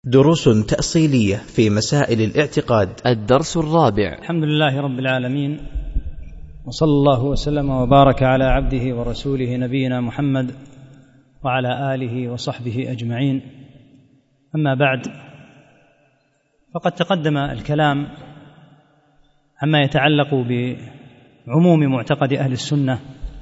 دروس تأصيلية في مسائل الاعتقاد. الدرس الرابع. الحمد لله رب العالمين، وصلى الله وسلم وبارك على عبده ورسوله نبينا محمد وعلى آله وصحبه أجمعين. أما بعد، فقد تقدم الكلام عما يتعلق بعموم معتقد أهل السنة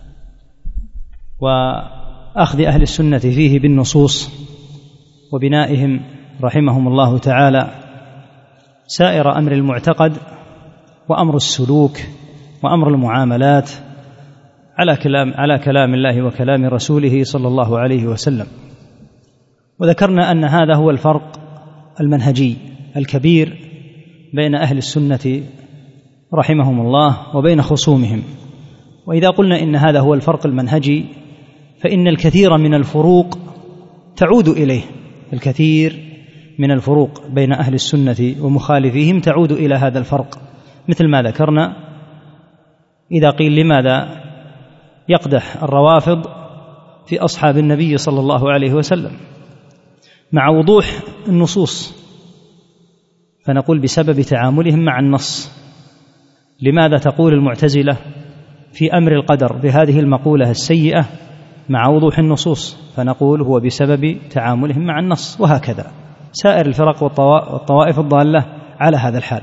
وأخذ أهل السنة فيه بالنصوص وبنائهم رحمهم الله تعالى سائر أمر المعتقد وأمر السلوك وأمر المعاملات على كلام الله وكلام رسوله صلى الله عليه وسلم. وذكرنا أن هذا هو الفرق المنهجي الكبير بين أهل السنة رحمهم الله وبين خصومهم. وإذا قلنا إن هذا هو الفرق المنهجي فإن الكثير من الفروق تعود إليه، الكثير من الفروق بين أهل السنة ومخالفيهم تعود إلى هذا الفرق، مثل ما ذكرنا إذا قيل لماذا يقدح الروافض في أصحاب النبي صلى الله عليه وسلم مع وضوح النصوص، فنقول بسبب تعاملهم مع النص. لماذا تقول المعتزلة في أمر القدر بهذه المقولة السيئة مع وضوح النصوص؟ فنقول هو بسبب تعاملهم مع النص. وهكذا سائر الفرق والطوائف الضالة على هذا الحال.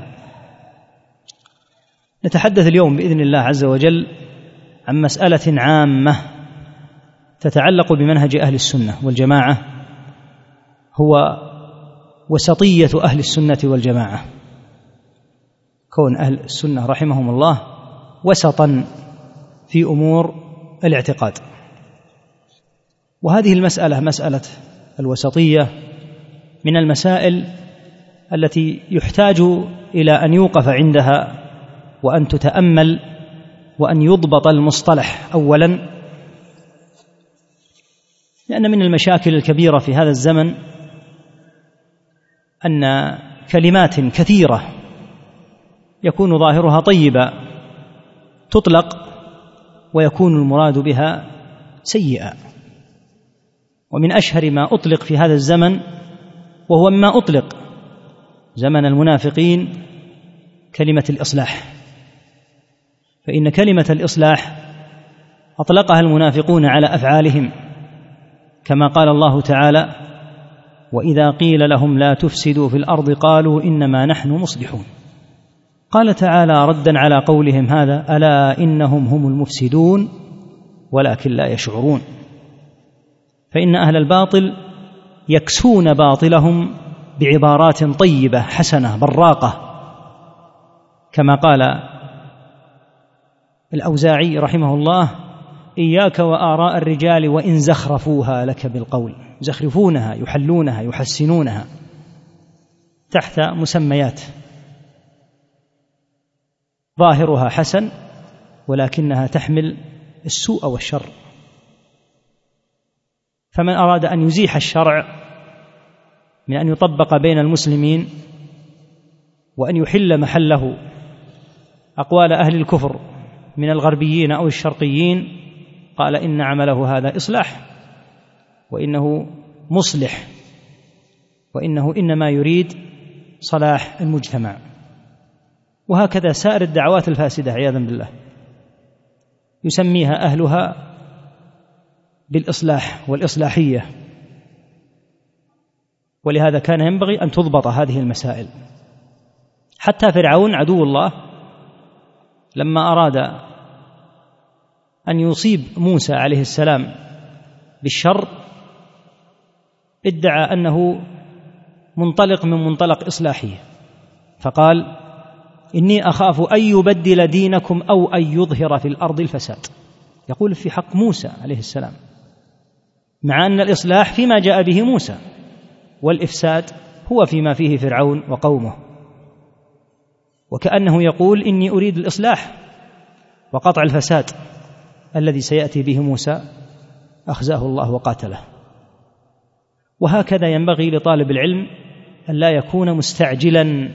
نتحدث اليوم بإذن الله عز وجل عن مسألة عامة تتعلق بمنهج أهل السنة والجماعة، هو وسطية أهل السنة والجماعة، كون أهل السنة رحمهم الله وسطا في أمور الاعتقاد. وهذه المسألة، مسألة الوسطية، من المسائل التي يحتاج إلى أن يوقف عندها وأن تتأمل وأن يضبط المصطلح أولا، لأن من المشاكل الكبيرة في هذا الزمن أن كلمات كثيرة يكون ظاهرها طيبا تطلق ويكون المراد بها سيئا. ومن أشهر ما أطلق في هذا الزمن، وهو ما أطلق زمن المنافقين، كلمة الإصلاح. فإن كلمة الإصلاح أطلقها المنافقون على أفعالهم، كما قال الله تعالى: وإذا قيل لهم لا تفسدوا في الأرض قالوا إنما نحن مصلحون. قال تعالى ردا على قولهم هذا: ألا إنهم هم المفسدون ولكن لا يشعرون. فإن أهل الباطل يكسون باطلهم بعبارات طيبة حسنة براقة، كما قال الأوزاعي رحمه الله: إياك وآراء الرجال وإن زخرفوها لك بالقول. يزخرفونها، يحلونها، يحسنونها تحت مسميات ظاهرها حسن ولكنها تحمل السوء والشر. فمن أراد أن يزيح الشرع من أن يطبق بين المسلمين وأن يحل محله أقوال أهل الكفر من الغربيين أو الشرقيين، قال إن عمله هذا إصلاح، وإنه مصلح، وإنه إنما يريد صلاح المجتمع. وهكذا سائر الدعوات الفاسدة عياذا بالله يسميها أهلها بالإصلاح والإصلاحية. ولهذا كان ينبغي أن تضبط هذه المسائل. حتى فرعون عدو الله لما أراد أن يصيب موسى عليه السلام بالشر ادعى أنه منطلق من منطلق إصلاحية، فقال: إني أخاف أن يبدل دينكم أو أن يظهر في الأرض الفساد. يقول في حق موسى عليه السلام، مع أن الإصلاح فيما جاء به موسى، والإفساد هو فيما فيه فرعون وقومه. وكأنه يقول: إني أريد الإصلاح وقطع الفساد الذي سيأتي به موسى أخزاه الله وقاتله. وهكذا ينبغي لطالب العلم أن لا يكون مستعجلا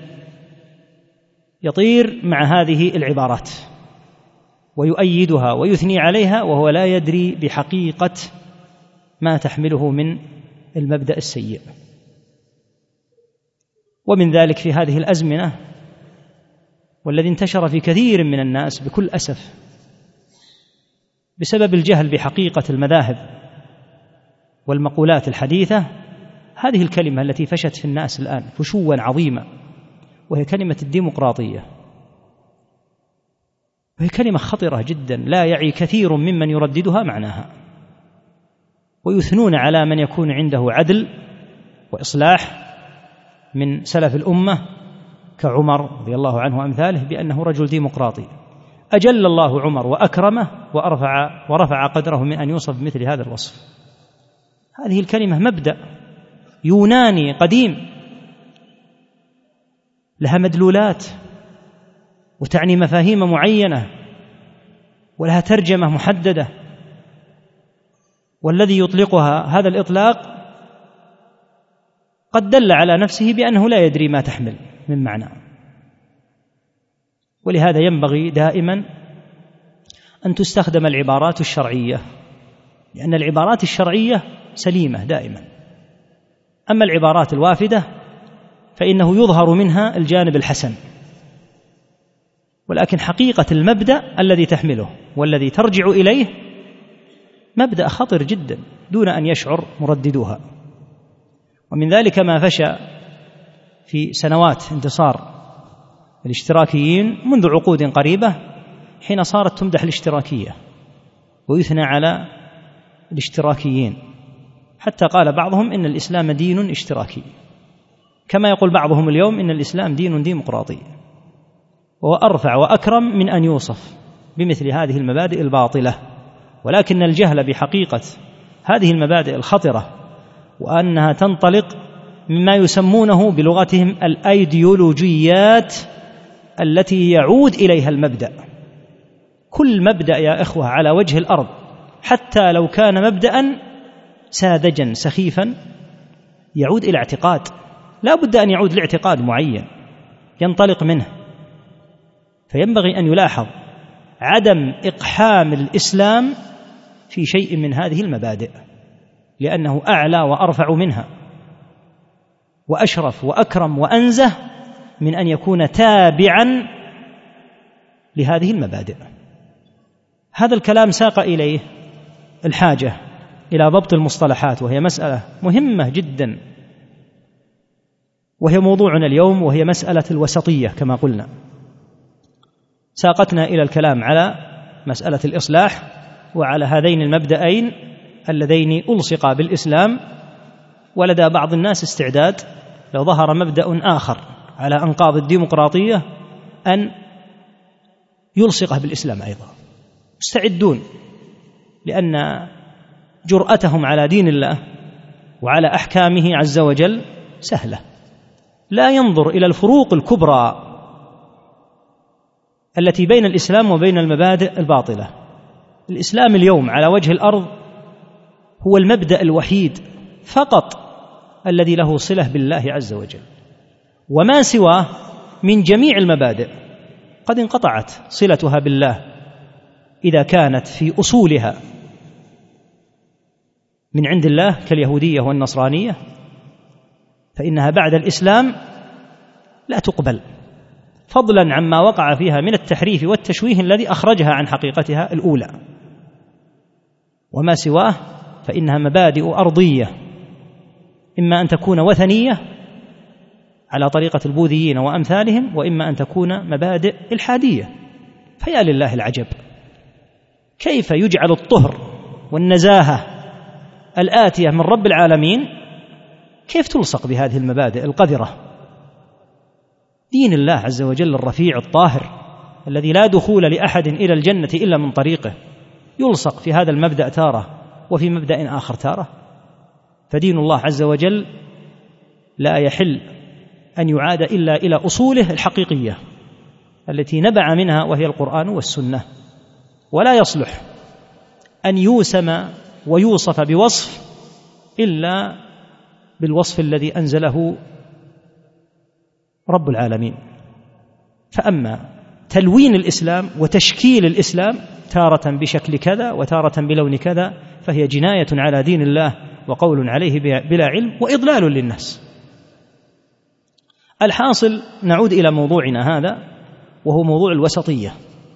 يطير مع هذه العبارات ويؤيدها ويثني عليها وهو لا يدري بحقيقة ما تحمله من المبدأ السيء. ومن ذلك في هذه الأزمنة والذي انتشر في كثير من الناس بكل أسف بسبب الجهل بحقيقة المذاهب والمقولات الحديثة، هذه الكلمة التي فشت في الناس الآن فشوا عظيمة، وهي كلمة الديمقراطية، وهي كلمة خطرة جدا لا يعي كثير ممن يرددها معناها، ويثنون على من يكون عنده عدل وإصلاح من سلف الأمة كعمر رضي الله عنه وأمثاله بأنه رجل ديمقراطي. أجل الله عمر وأكرمه ورفع قدره من أن يوصف بمثل هذا الوصف. هذه الكلمة مبدأ يوناني قديم لها مدلولات وتعني مفاهيم معينة ولها ترجمة محددة، والذي يطلقها هذا الإطلاق قد دل على نفسه بأنه لا يدري ما تحمل من معنى. ولهذا ينبغي دائما أن تستخدم العبارات الشرعية، لأن العبارات الشرعية سليمة دائما، أما العبارات الوافدة فإنه يظهر منها الجانب الحسن، ولكن حقيقة المبدأ الذي تحمله والذي ترجع إليه مبدأ خطر جدا دون أن يشعر مرددوها. ومن ذلك ما فشى في سنوات انتصار الاشتراكيين منذ عقود قريبة، حين صارت تمدح الاشتراكية ويثنى على الاشتراكيين، حتى قال بعضهم إن الإسلام دين اشتراكي، كما يقول بعضهم اليوم إن الإسلام دين ديمقراطي، وهو أرفع وأكرم من أن يوصف بمثل هذه المبادئ الباطلة. ولكن الجهل بحقيقة هذه المبادئ الخطرة وأنها تنطلق مما يسمونه بلغتهم الأيديولوجيات التي يعود إليها المبدأ. كل مبدأ يا إخوة على وجه الأرض حتى لو كان مبدأ ساذجا سخيفا يعود إلى اعتقاد، لا بد أن يعود لاعتقاد معين ينطلق منه. فينبغي أن يلاحظ عدم إقحام الإسلام في شيء من هذه المبادئ، لأنه أعلى وأرفع منها وأشرف وأكرم وأنزه من أن يكون تابعا لهذه المبادئ. هذا الكلام ساق إليه الحاجة إلى ضبط المصطلحات، وهي مسألة مهمة جدا، وهي موضوعنا اليوم، وهي مسألة الوسطية كما قلنا. ساقتنا إلى الكلام على مسألة الإصلاح وعلى هذين المبدأين اللذين ألصقا بالإسلام، ولدى بعض الناس استعداد لو ظهر مبدأ آخر على أنقاض الديمقراطية أن يلصقه بالإسلام أيضا، مستعدون، لأن جرأتهم على دين الله وعلى أحكامه عز وجل سهلة، لا ينظر إلى الفروق الكبرى التي بين الإسلام وبين المبادئ الباطلة. الإسلام اليوم على وجه الأرض هو المبدأ الوحيد فقط الذي له صلة بالله عز وجل، وما سواه من جميع المبادئ قد انقطعت صلتها بالله إذا كانت في أصولها من عند الله كاليهودية والنصرانية، فإنها بعد الإسلام لا تقبل، فضلا عما وقع فيها من التحريف والتشويه الذي أخرجها عن حقيقتها الأولى. وما سواه فإنها مبادئ أرضية، إما أن تكون وثنية على طريقة البوذيين وأمثالهم، وإما أن تكون مبادئ إلحادية. فيا لله العجب، كيف يجعل الطهر والنزاهة الآتية من رب العالمين كيف تلصق بهذه المبادئ القذرة؟ دين الله عز وجل الرفيع الطاهر الذي لا دخول لأحد إلى الجنة إلا من طريقه يلصق في هذا المبدأ تارة وفي مبدأ آخر تارة. فدين الله عز وجل لا يحل أن يعاد إلا إلى أصوله الحقيقية التي نبع منها، وهي القرآن والسنة، ولا يصلح أن يوسم ويوصف بوصف إلا بالوصف الذي أنزله رب العالمين. فأما تلوين الإسلام وتشكيل الإسلام تارة بشكل كذا وتارة بلون كذا فهي جناية على دين الله وقول عليه بلا علم وإضلال للناس. الحاصل نعود إلى موضوعنا هذا، وهو موضوع الوسطية.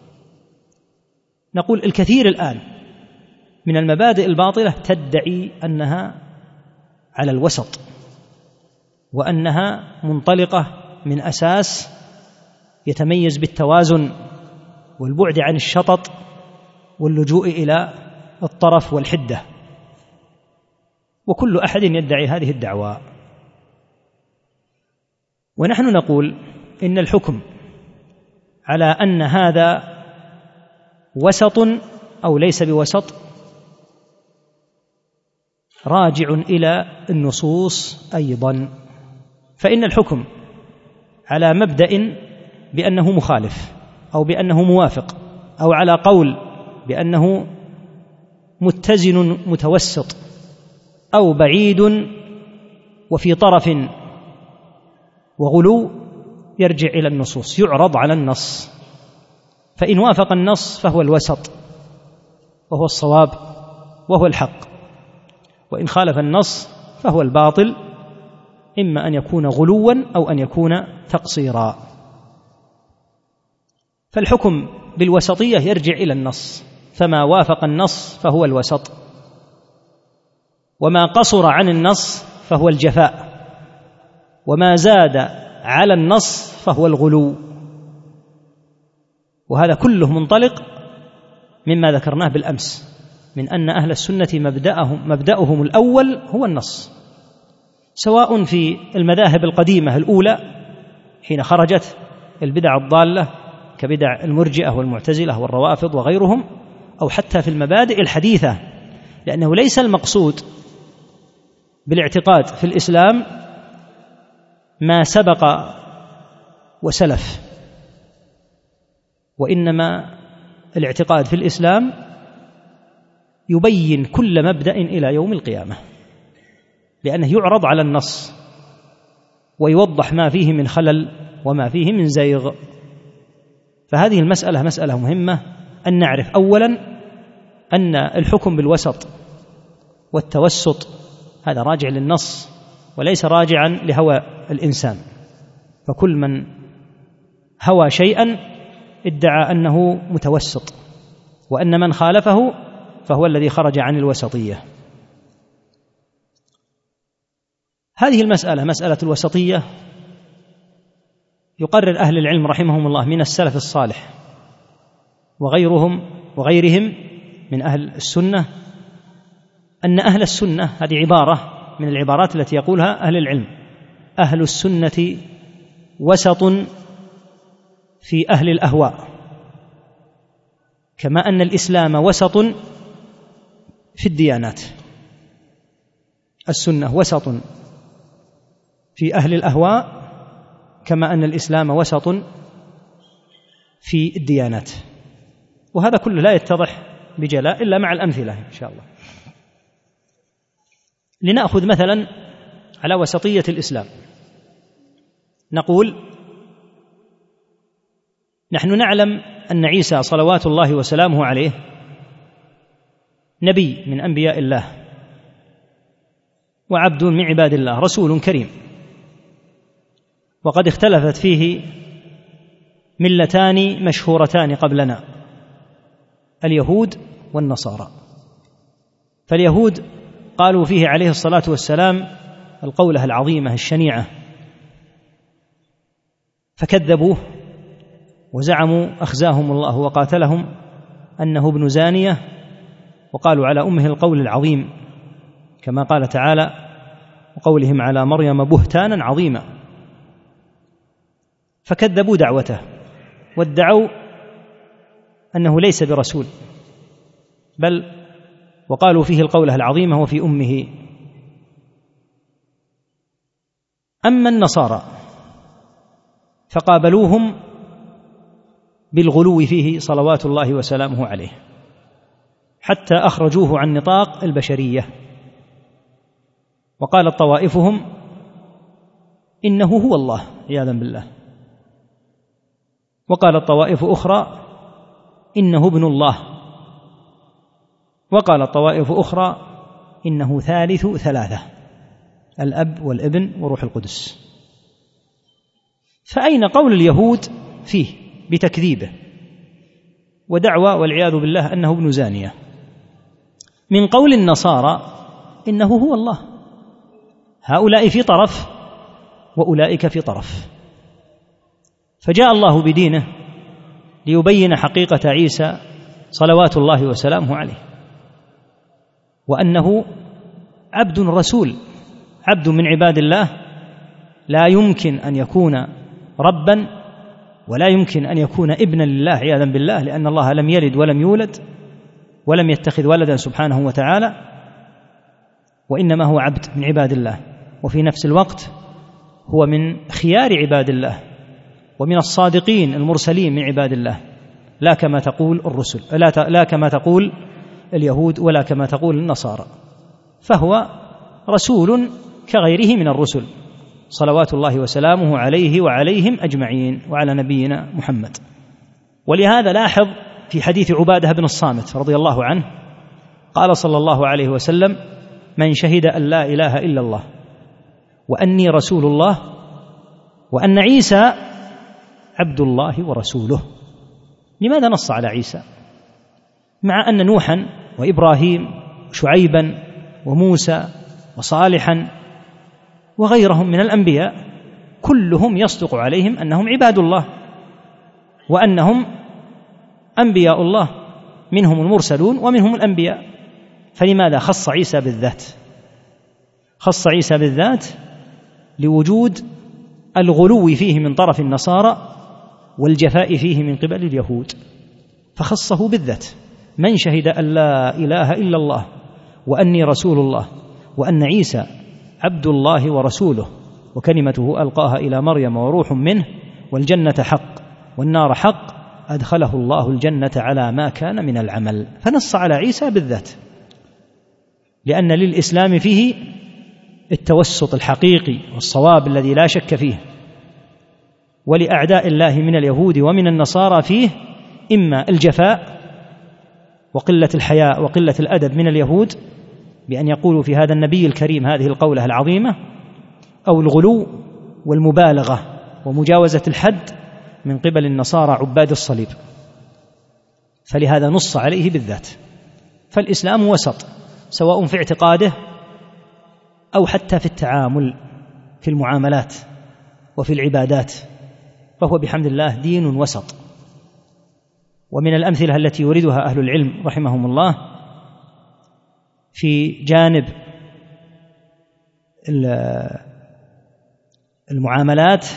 نقول الكثير الآن من المبادئ الباطلة تدعي أنها على الوسط، وأنها منطلقة من أساس يتميز بالتوازن والبعد عن الشطط واللجوء إلى الطرف والحدة، وكل أحد يدعي هذه الدعوة. ونحن نقول إن الحكم على أن هذا وسط أو ليس بوسط راجع إلى النصوص أيضا. فإن الحكم على مبدأ بأنه مخالف أو بأنه موافق، أو على قول بأنه متزن متوسط، أو بعيد وفي طرف وغلو، يرجع إلى النصوص، يعرض على النص، فإن وافق النص فهو الوسط وهو الصواب وهو الحق، وإن خالف النص فهو الباطل، إما أن يكون غلوا أو أن يكون تقصيرا. فالحكم بالوسطية يرجع إلى النص، فما وافق النص فهو الوسط، وما قصر عن النص فهو الجفاء، وما زاد على النص فهو الغلو. وهذا كله منطلق مما ذكرناه بالأمس من أن أهل السنة مبدأهم الأول هو النص، سواء في المذاهب القديمة الأولى حين خرجت البدع الضالة كبدع المرجئة والمعتزلة والروافض وغيرهم، أو حتى في المبادئ الحديثة، لأنه ليس المقصود بالاعتقاد في الإسلام ما سبق وسلف، وإنما الاعتقاد في الإسلام يبين كل مبدأ إلى يوم القيامة، لأنه يعرض على النص ويوضح ما فيه من خلل وما فيه من زيغ. فهذه المسألة مسألة مهمة أن نعرف أولا أن الحكم بالوسط والتوسط هذا راجع للنص وليس راجعا لهوى الإنسان، فكل من هوى شيئا ادعى أنه متوسط، وأن من خالفه فهو الذي خرج عن الوسطية. هذه المسألة مسألة الوسطية يقرر أهل العلم رحمهم الله من السلف الصالح وغيرهم من أهل السنة أن أهل السنة، هذه عبارة من العبارات التي يقولها أهل العلم، أهل السنة وسط في أهل الأهواء، كما أن الإسلام وسط في الديانات. السنة وسط في أهل الأهواء كما أن الإسلام وسط في الديانات. وهذا كله لا يتضح بجلاء إلا مع الأمثلة إن شاء الله. لنأخذ مثلا على وسطية الإسلام، نقول نحن نعلم أن عيسى صلوات الله وسلامه عليه نبي من أنبياء الله وعبد من عباد الله، رسول كريم، وقد اختلفت فيه ملتان مشهورتان قبلنا، اليهود والنصارى. فاليهود قالوا فيه عليه الصلاة والسلام القولة العظيمة الشنيعة، فكذبوه وزعموا أخزاهم الله وقاتلهم أنه ابن زانية، وقالوا على أمه القول العظيم كما قال تعالى وقولهم على مريم بهتانا عظيما. فكذبوا دعوته وادعوا أنه ليس برسول، بل وقالوا فيه القولة العظيمة وفي أمه. أما النصارى فقابلوهم بالغلو فيه صلوات الله وسلامه عليه، حتى أخرجوه عن نطاق البشرية، وقالت طوائفهم إنه هو الله عياذا بالله، وقالت طوائف أخرى إنه ابن الله، وقالت طوائف أخرى إنه ثالث ثلاثة، الأب والابن وروح القدس. فأين قول اليهود فيه بتكذيبه ودعوى والعياذ بالله أنه ابن زانية؟ من قول النصارى إنه هو الله. هؤلاء في طرف وأولئك في طرف. فجاء الله بدينه ليبين حقيقة عيسى صلوات الله وسلامه عليه، وأنه عبد رسول، عبد من عباد الله، لا يمكن أن يكون ربا ولا يمكن أن يكون ابنا لله عياذا بالله، لأن الله لم يلد ولم يولد ولم يتخذ ولدا سبحانه وتعالى، وإنما هو عبد من عباد الله، وفي نفس الوقت هو من خيار عباد الله ومن الصادقين المرسلين من عباد الله، لا كما تقول الرسل، لا كما تقول اليهود ولا كما تقول النصارى، فهو رسول كغيره من الرسل صلوات الله وسلامه عليه وعليهم أجمعين وعلى نبينا محمد. ولهذا لاحظ في حديث عبادة بن الصامت رضي الله عنه قال صلى الله عليه وسلم: من شهد أن لا إله إلا الله وأني رسول الله وأن عيسى عبد الله ورسوله. لماذا نص على عيسى مع أن نوحا وإبراهيم وشعيبا وموسى وصالحا وغيرهم من الأنبياء كلهم يصدق عليهم أنهم عباد الله وأنهم أنبياء الله، منهم المرسلون ومنهم الأنبياء؟ فلماذا خص عيسى بالذات؟ خص عيسى بالذات لوجود الغلو فيه من طرف النصارى والجفاء فيه من قبل اليهود، فخصه بالذات: من شهد أن لا إله إلا الله وأني رسول الله وأن عيسى عبد الله ورسوله وكلمته ألقاها إلى مريم وروح منه والجنة حق والنار حق أدخله الله الجنة على ما كان من العمل. فنص على عيسى بالذات، لأن للإسلام فيه التوسط الحقيقي والصواب الذي لا شك فيه، ولأعداء الله من اليهود ومن النصارى فيه إما الجفاء وقلة الحياء وقلة الأدب من اليهود بأن يقولوا في هذا النبي الكريم هذه القولة العظيمة، أو الغلو والمبالغة ومجاوزة الحد من قبل النصارى عباد الصليب، فلهذا نص عليه بالذات. فالإسلام وسط، سواء في اعتقاده أو حتى في التعامل في المعاملات وفي العبادات، فهو بحمد الله دين وسط. ومن الأمثلة التي يريدها أهل العلم رحمهم الله في جانب المعاملات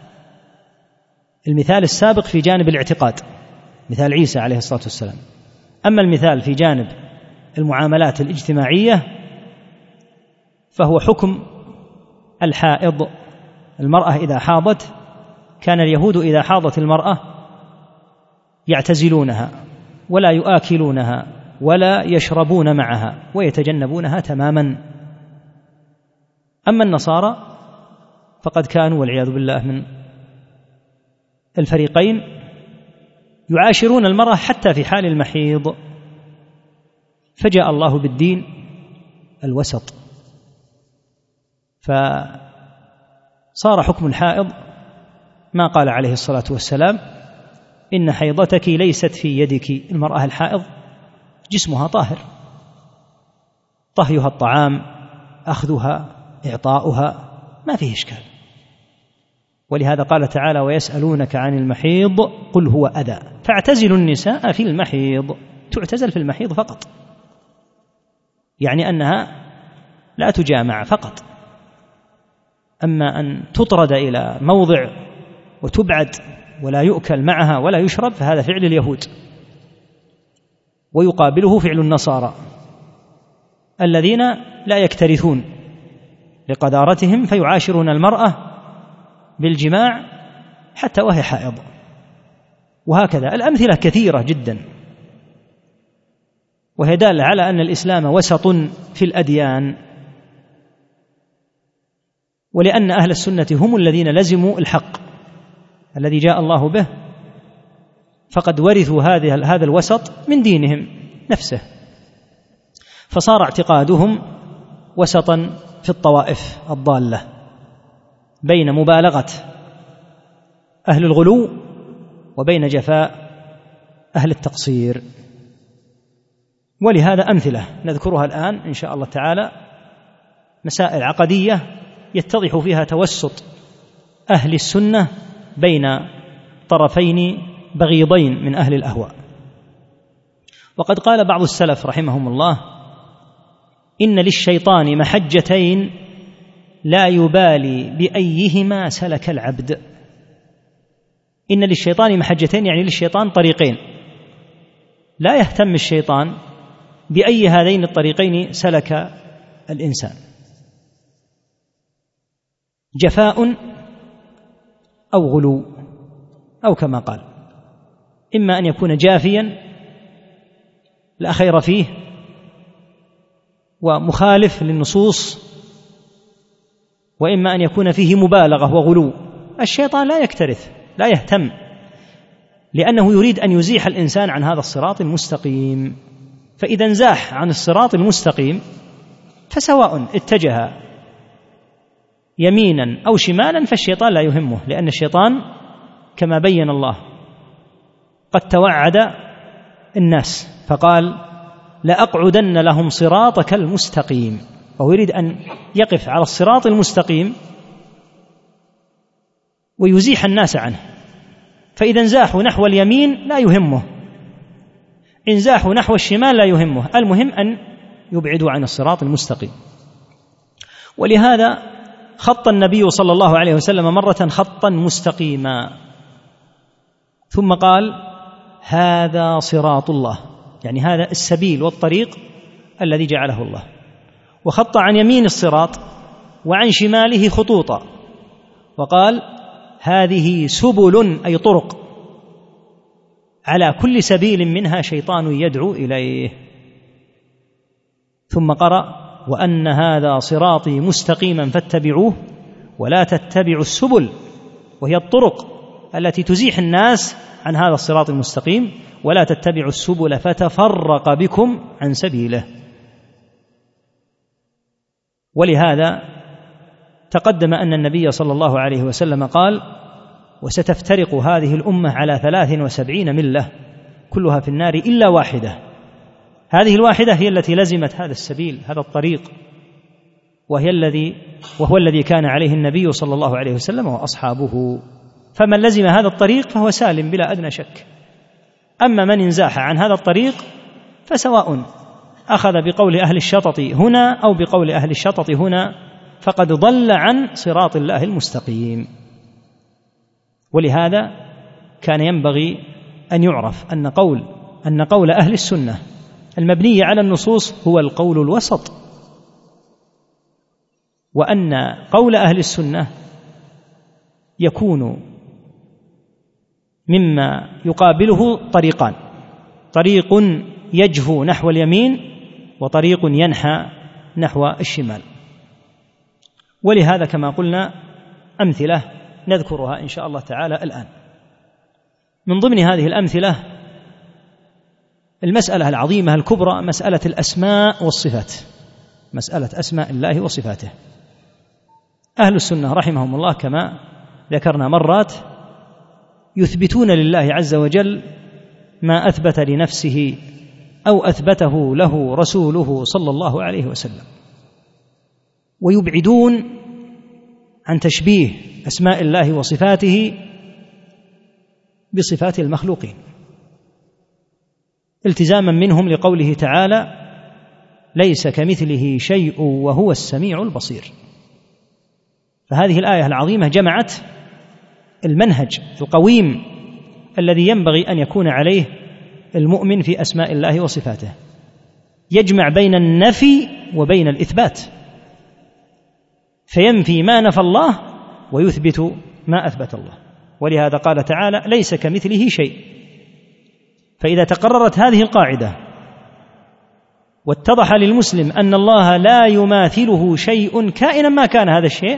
المثال السابق في جانب الاعتقاد، مثال عيسى عليه الصلاة والسلام. أما المثال في جانب المعاملات الاجتماعية فهو حكم الحائض. المرأة إذا حاضت كان اليهود إذا حاضت المرأة يعتزلونها ولا يؤكلونها ولا يشربون معها ويتجنبونها تماما. أما النصارى فقد كانوا والعياذ بالله من الفريقين يعاشرون المرأة حتى في حال المحيض، فجاء الله بالدين الوسط، فصار حكم الحائض ما قال عليه الصلاة والسلام: إن حيضتك ليست في يدك. المرأة الحائض جسمها طاهر، طهيها الطعام، أخذها، إعطاؤها، ما فيه إشكال. ولهذا قال تعالى: ويسألونك عن المحيض قل هو أذى فاعتزلوا النساء في المحيض. تعتزل في المحيض فقط، يعني أنها لا تجامع فقط. أما أن تطرد إلى موضع وتبعد ولا يؤكل معها ولا يشرب فهذا فعل اليهود، ويقابله فعل النصارى الذين لا يكترثون لقدارتهم فيعاشرون المرأة بالجماع حتى وهي حائض. وهكذا الأمثلة كثيرة جدا، وهي دالة على أن الإسلام وسط في الأديان، ولأن أهل السنة هم الذين لزموا الحق الذي جاء الله به، فقد ورثوا هذا الوسط من دينهم نفسه، فصار اعتقادهم وسطا في الطوائف الضالة بين مبالغة أهل الغلو وبين جفاء أهل التقصير. ولهذا أمثلة نذكرها الآن إن شاء الله تعالى، مسائل عقدية يتضح فيها توسط أهل السنة بين طرفين بغيضين من أهل الأهواء. وقد قال بعض السلف رحمهم الله: إن للشيطان محجتين لا يبالي بأيهما سلك العبد. إن للشيطان محجتين يعني للشيطان طريقين، لا يهتم الشيطان بأي هذين الطريقين سلك الإنسان، جفاء أو غلو، أو كما قال إما أن يكون جافيا لا خير فيه ومخالف للنصوص، وإما أن يكون فيه مبالغة وغلو. الشيطان لا يكترث، لا يهتم، لأنه يريد أن يزيح الإنسان عن هذا الصراط المستقيم. فإذا انزاح عن الصراط المستقيم فسواء اتجه يمينا أو شمالا فالشيطان لا يهمه، لأن الشيطان كما بين الله قد توعد الناس فقال: لأقعدن لهم صراطك المستقيم. وهو يريد أن يقف على الصراط المستقيم ويزيح الناس عنه. فإذا انزاحوا نحو اليمين لا يهمه، انزاحوا نحو الشمال لا يهمه، المهم أن يبعدوا عن الصراط المستقيم. ولهذا خط النبي صلى الله عليه وسلم مرة خطا مستقيما ثم قال: هذا صراط الله، يعني هذا السبيل والطريق الذي جعله الله. وخط عن يمين الصراط وعن شماله خطوطا وقال: هذه سبل أي طرق، على كل سبيل منها شيطان يدعو إليه. ثم قرأ: وأن هذا صراطي مستقيما فاتبعوه ولا تتبعوا السبل، وهي الطرق التي تزيح الناس عن هذا الصراط المستقيم، ولا تتبعوا السبل فتفرق بكم عن سبيله. ولهذا تقدم أن النبي صلى الله عليه وسلم قال: وستفترق هذه الأمة على 73 ملة كلها في النار إلا واحدة. هذه الواحدة هي التي لزمت هذا السبيل، هذا الطريق، وهو الذي كان عليه النبي صلى الله عليه وسلم وأصحابه. فمن لزم هذا الطريق فهو سالم بلا أدنى شك. أما من انزاح عن هذا الطريق فسواء أخذ بقول أهل الشطط هنا أو بقول أهل الشطط هنا، فقد ضل عن صراط الله المستقيم. ولهذا كان ينبغي أن يعرف أن قول أهل السنة المبني على النصوص هو القول الوسط، وأن قول أهل السنة يكون مما يقابله طريقان: طريق يجفو نحو اليمين وطريق ينحى نحو الشمال. ولهذا كما قلنا أمثلة نذكرها إن شاء الله تعالى الآن. من ضمن هذه الأمثلة المسألة العظيمة الكبرى، مسألة الأسماء والصفات، مسألة أسماء الله وصفاته. أهل السنة رحمهم الله كما ذكرنا مرات يثبتون لله عز وجل ما أثبت لنفسه أو أثبته له رسوله صلى الله عليه وسلم، ويبعدون عن تشبيه أسماء الله وصفاته بصفات المخلوقين، التزاما منهم لقوله تعالى: ليس كمثله شيء وهو السميع البصير. فهذه الآية العظيمة جمعت المنهج القويم الذي ينبغي أن يكون عليه المؤمن في أسماء الله وصفاته، يجمع بين النفي وبين الإثبات، فينفي ما نفى الله ويثبت ما أثبت الله. ولهذا قال تعالى: ليس كمثله شيء. فإذا تقررت هذه القاعدة واتضح للمسلم أن الله لا يماثله شيء كائنا ما كان هذا الشيء،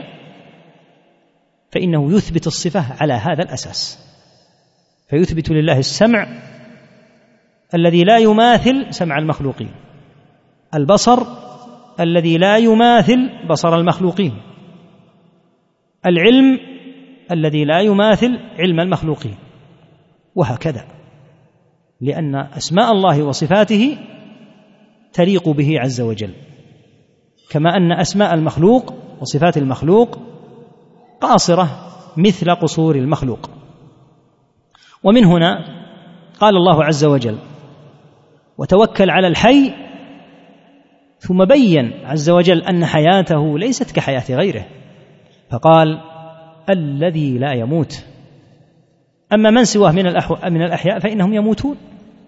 فإنه يثبت الصفة على هذا الأساس، فيثبت لله السمع الذي لا يماثل سمع المخلوقين، البصر الذي لا يماثل بصر المخلوقين، العلم الذي لا يماثل علم المخلوقين، وهكذا، لأن أسماء الله وصفاته تليق به عز وجل، كما أن أسماء المخلوق وصفات المخلوق قاصرة مثل قصور المخلوق. ومن هنا قال الله عز وجل: وتوكل على الحي، ثم بين عز وجل أن حياته ليست كحياة غيره، فقال: الذي لا يموت. أما من سواه من الأحياء فإنهم يموتون.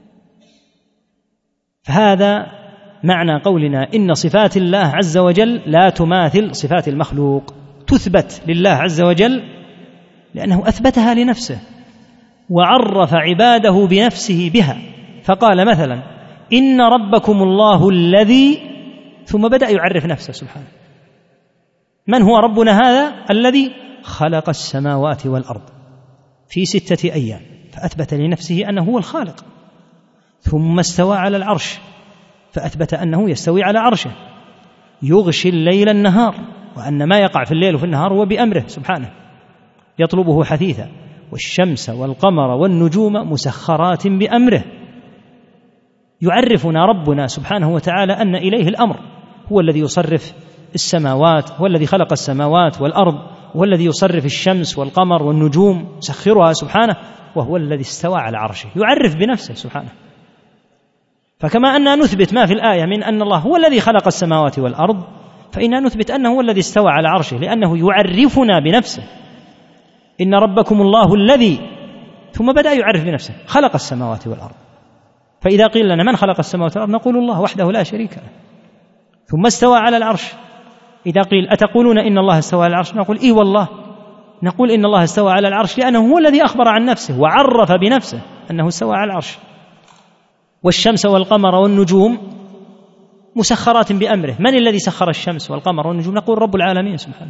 فهذا معنى قولنا إن صفات الله عز وجل لا تماثل صفات المخلوق، تثبت لله عز وجل لأنه أثبتها لنفسه وعرف عباده بنفسه بها، فقال مثلا: إن ربكم الله الذي، ثم بدأ يعرف نفسه سبحانه. من هو ربنا هذا؟ الذي خلق السماوات والأرض في 6 أيام، فأثبت لنفسه أنه هو الخالق. ثم استوى على العرش، فأثبت أنه يستوي على عرشه. يغشي الليل النهار، وأن ما يقع في الليل وفي النهار هو بأمره سبحانه، يطلبه حثيثا. والشمس والقمر والنجوم مسخرات بأمره. يعرفنا ربنا سبحانه وتعالى أن إليه الأمر، هو الذي يصرف السماوات، هو الذي خلق السماوات والأرض، هو الذي يصرف الشمس والقمر والنجوم يسخرها سبحانه، وهو الذي استوى على عرشه، يعرف بنفسه سبحانه. فكما أننا نثبت ما في الآية من أن الله هو الذي خلق السماوات والأرض، فإننا نثبت أنه هو الذي استوى على عرشه، لأنه يعرفنا بنفسه. إن ربكم الله الذي، ثم بدأ يعرف بنفسه، خلق السماوات والأرض. فإذا قيل لنا من خلق السماوات والأرض نقول الله وحده لا شريك له. ثم استوى على العرش. إذا قيل أتقولون إن الله استوى على العرش نقول إيه والله، نقول إن الله استوى على العرش لأنه هو الذي أخبر عن نفسه وعرف بنفسه أنه استوى على العرش. والشمس والقمر والنجوم مسخرات بأمره. من الذي سخر الشمس والقمر والنجوم؟ نقول رب العالمين سبحانه.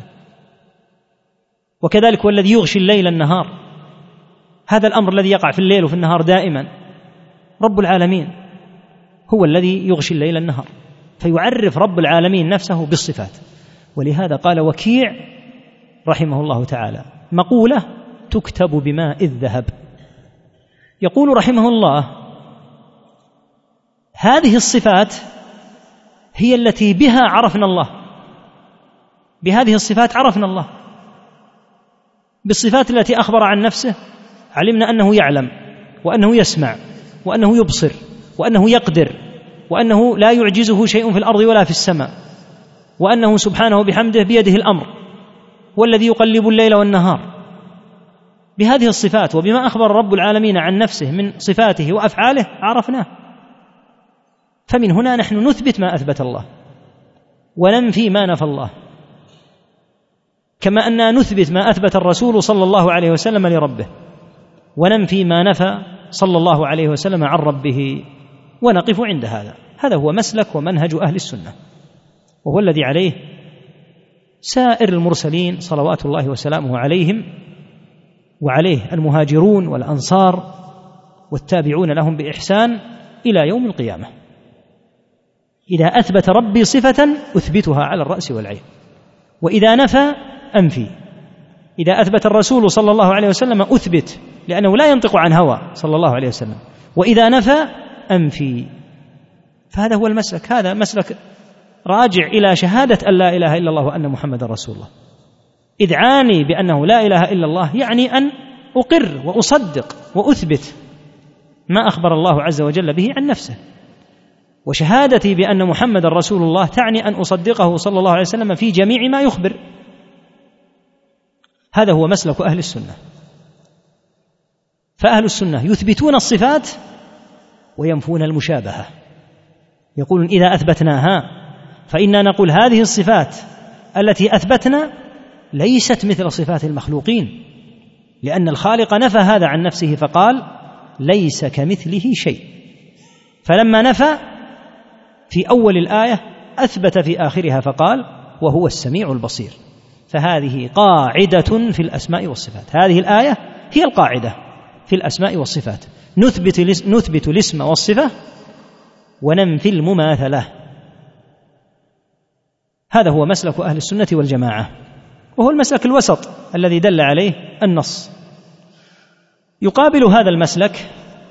وكذلك هو الذي يغشي الليل النهار، هذا الأمر الذي يقع في الليل وفي النهار دائما، رب العالمين هو الذي يغشي الليل النهار. فيعرف رب العالمين نفسه بالصفات. ولهذا قال وكيع رحمه الله تعالى مقولة تكتب بماء الذهب، يقول رحمه الله: هذه الصفات هي التي بها عرفنا الله، بهذه الصفات عرفنا الله. بالصفات التي أخبر عن نفسه علمنا أنه يعلم، وأنه يسمع، وأنه يبصر، وأنه يقدر، وأنه لا يعجزه شيء في الأرض ولا في السماء، وأنه سبحانه بحمده بيده الأمر، والذي يقلب الليل والنهار. بهذه الصفات وبما أخبر رب العالمين عن نفسه من صفاته وأفعاله عرفناه. فمن هنا نحن نثبت ما أثبت الله وننفي ما نفى الله، كما أننا نثبت ما أثبت الرسول صلى الله عليه وسلم لربه، وننفي ما نفى صلى الله عليه وسلم عن ربه، ونقف عند هذا. هذا هو مسلك ومنهج أهل السنة، وهو الذي عليه سائر المرسلين صلوات الله وسلامه عليهم، وعليه المهاجرون والأنصار والتابعون لهم بإحسان إلى يوم القيامة. إذا أثبت ربي صفة أثبتها على الرأس والعين، وإذا نفى أنفي. إذا أثبت الرسول صلى الله عليه وسلم أثبت، لأنه لا ينطق عن هوى صلى الله عليه وسلم، وإذا نفى أنفي. فهذا هو المسلك، هذا مسلك راجع إلى شهادة أن لا إله إلا الله وأن محمد رسول الله. إذ عاني بأنه لا إله إلا الله يعني أن أقر وأصدق وأثبت ما أخبر الله عز وجل به عن نفسه، وشهادتي بأن محمد رسول الله تعني أن أصدقه صلى الله عليه وسلم في جميع ما يخبر. هذا هو مسلك أهل السنة. فأهل السنة يثبتون الصفات وينفون المشابهة، يقولون إذا أثبتناها فإنا نقول هذه الصفات التي أثبتنا ليست مثل صفات المخلوقين، لأن الخالق نفى هذا عن نفسه فقال ليس كمثله شيء. فلما نفى في أول الآية أثبت في آخرها فقال وهو السميع البصير. فهذه قاعدة في الأسماء والصفات، هذه الآية هي القاعدة في الأسماء والصفات، نثبت الاسم والصفة وننفي المماثلة. هذا هو مسلك أهل السنة والجماعة. وهو المسلك الوسط الذي دل عليه النص. يقابل هذا المسلك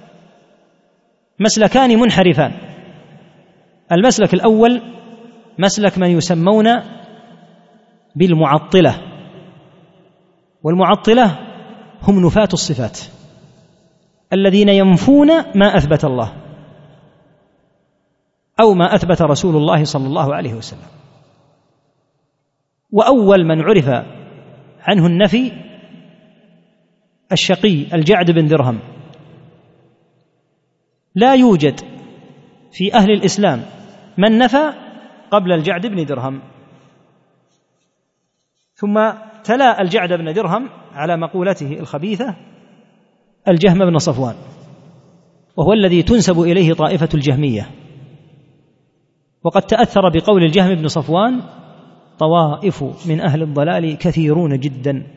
مسلكان منحرفان. المسلك الأول مسلك من يسمون بالمعطلة، والمعطلة هم نفاة الصفات الذين ينفون ما أثبت الله أو ما أثبت رسول الله صلى الله عليه وسلم. وأول من عرف عنه النفي الشقي الجعد بن درهم. لا يوجد في أهل الإسلام من نفى قبل الجعد بن درهم. ثم تلا الجعد بن درهم على مقولته الخبيثة الجهم بن صفوان، وهو الذي تنسب إليه طائفة الجهمية. وقد تأثر بقول الجهم بن صفوان طوائف من أهل الضلال كثيرون جدا،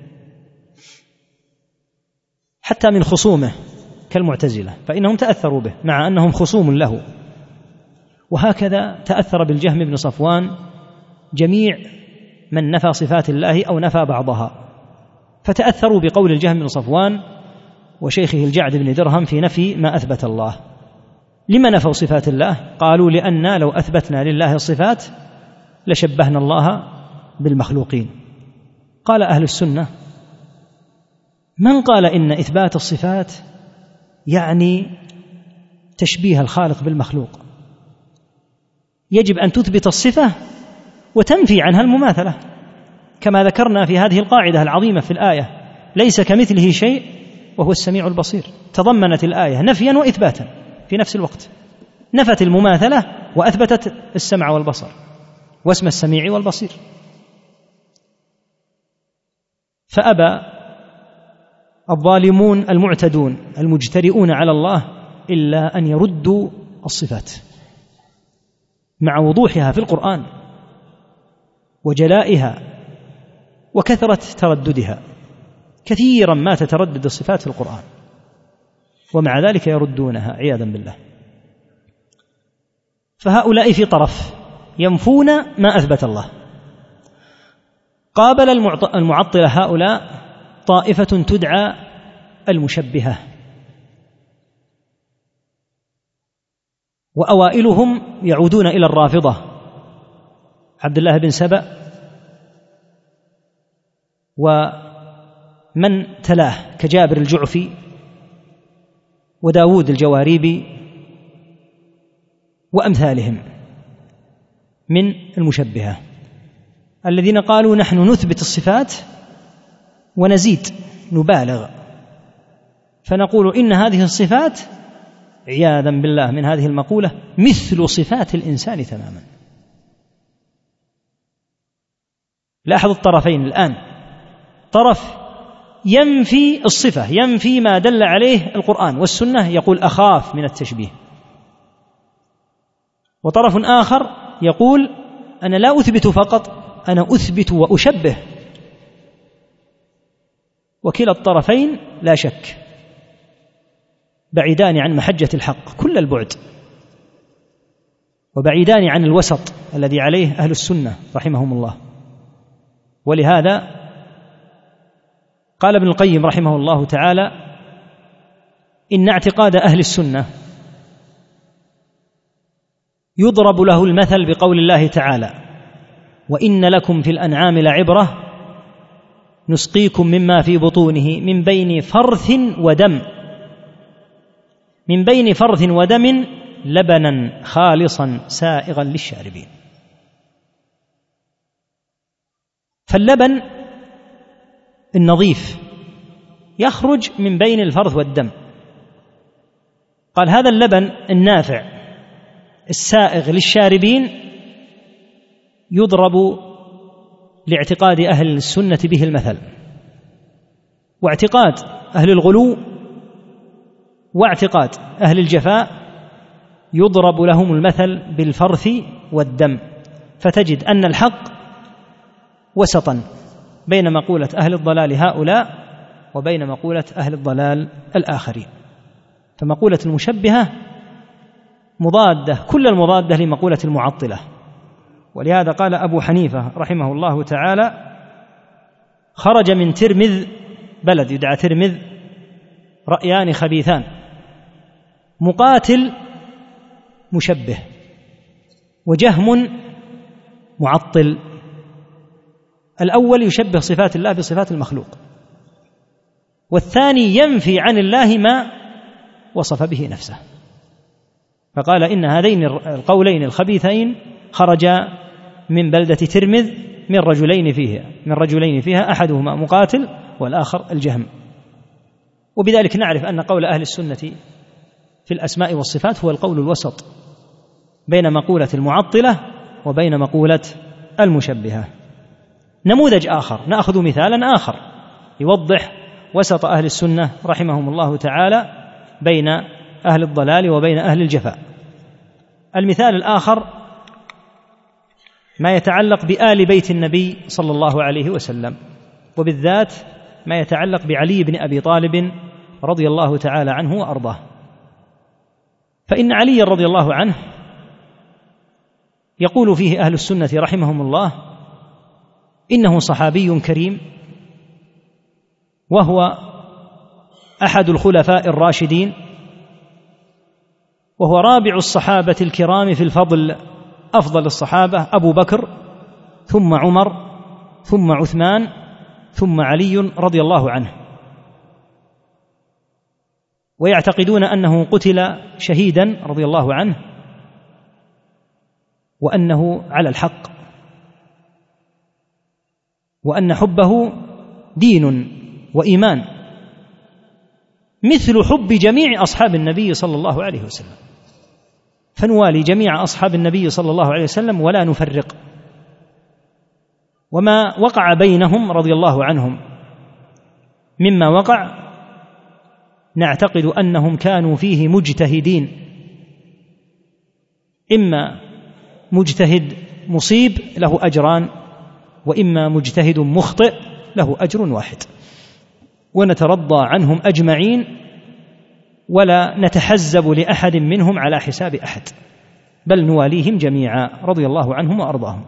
حتى من خصومه كالمعتزلة، فإنهم تأثروا به مع أنهم خصوم له. وهكذا تأثر بالجهم بن صفوان جميع من نفى صفات الله أو نفى بعضها، فتأثروا بقول الجهم بن صفوان وشيخه الجعد بن درهم في نفي ما أثبت الله. لما نفوا صفات الله؟ قالوا لأننا لو أثبتنا لله الصفات لشبهنا الله بالمخلوقين. قال أهل السنة: من قال إن إثبات الصفات يعني تشبيه الخالق بالمخلوق؟ يجب أن تثبت الصفة وتنفي عنها المماثلة، كما ذكرنا في هذه القاعدة العظيمة في الآية: ليس كمثله شيء وهو السميع البصير. تضمنت الآية نفيا وإثباتا في نفس الوقت، نفت المماثلة وأثبتت السمع والبصر واسم السميع والبصير. فأبى الظالمون المعتدون المجترئون على الله إلا أن يردوا الصفات مع وضوحها في القرآن وجلائها وكثرة ترددها. كثيرا ما تتردد الصفات في القرآن ومع ذلك يردونها عياذا بالله. فهؤلاء في طرف ينفون ما أثبت الله. قابل المعطلة هؤلاء طائفة تدعى المشبهة، وأوائلهم يعودون إلى الرافضة: عبد الله بن سبأ ومن تلاه كجابر الجعفي وداود الجواريبي وأمثالهم من المشبهة، الذين قالوا نحن نثبت الصفات ونزيد نبالغ، فنقول إن هذه الصفات عياذا بالله من هذه المقولة مثل صفات الإنسان تماما. لاحظوا الطرفين الآن: طرف ينفي الصفة، ينفي ما دل عليه القرآن والسنة، يقول أخاف من التشبيه، وطرف آخر يقول أنا لا أثبت فقط، أنا أثبت وأشبه. وكلا الطرفين لا شك بعيدان عن محجة الحق كل البعد، وبعيدان عن الوسط الذي عليه أهل السنة رحمهم الله. ولهذا قال ابن القيم رحمه الله تعالى: إن اعتقاد أهل السنة يضرب له المثل بقول الله تعالى: وإن لكم في الأنعام لعبرة نسقيكم مما في بطونه من بين فرث ودم، من بين فرث ودم لبنا خالصا سائغا للشاربين. فاللبن النظيف يخرج من بين الفرث والدم. قال هذا اللبن النافع السائغ للشاربين يضرب لاعتقاد أهل السنة به المثل، واعتقاد أهل الغلو واعتقاد أهل الجفاء يضرب لهم المثل بالفرث والدم. فتجد أن الحق وسطا بين مقولة أهل الضلال هؤلاء وبين مقولة أهل الضلال الآخرين. فمقولة المشبهة مضادة كل المضادة لمقولة المعطلة. ولهذا قال أبو حنيفة رحمه الله تعالى: خرج من ترمذ، بلد يدعى ترمذ، رأيان خبيثان: مقاتل مشبه، وجهم معطل. الأول يشبه صفات الله بصفات المخلوق، والثاني ينفي عن الله ما وصف به نفسه. فقال إن هذين القولين الخبيثين خرجا من بلدة ترمذ من رجلين فيها أحدهما مقاتل والآخر الجهم. وبذلك نعرف أن قول أهل السنة في الأسماء والصفات هو القول الوسط بين مقولة المعطلة وبين مقولة المشبهة. نموذج آخر، نأخذ مثالا آخر يوضح وسط أهل السنة رحمهم الله تعالى بين أهل الضلال وبين أهل الجفاء. المثال الآخر ما يتعلق بآل بيت النبي صلى الله عليه وسلم، وبالذات ما يتعلق بعلي بن أبي طالب رضي الله تعالى عنه وأرضاه. فإن علي رضي الله عنه يقول فيه أهل السنة رحمهم الله إنه صحابي كريم، وهو أحد الخلفاء الراشدين، وهو رابع الصحابة الكرام في الفضل، أفضل الصحابة أبو بكر ثم عمر ثم عثمان ثم علي رضي الله عنه. ويعتقدون أنه قتل شهيدا رضي الله عنه، وأنه على الحق، وأن حبه دين وإيمان مثل حب جميع أصحاب النبي صلى الله عليه وسلم. فنوالي جميع أصحاب النبي صلى الله عليه وسلم ولا نفرق. وما وقع بينهم رضي الله عنهم مما وقع نعتقد أنهم كانوا فيه مجتهدين، إما مجتهد مصيب له أجران، وإما مجتهد مخطئ له أجر واحد. ونترضى عنهم أجمعين ولا نتحزب لأحد منهم على حساب أحد، بل نواليهم جميعا رضي الله عنهم وأرضاهم.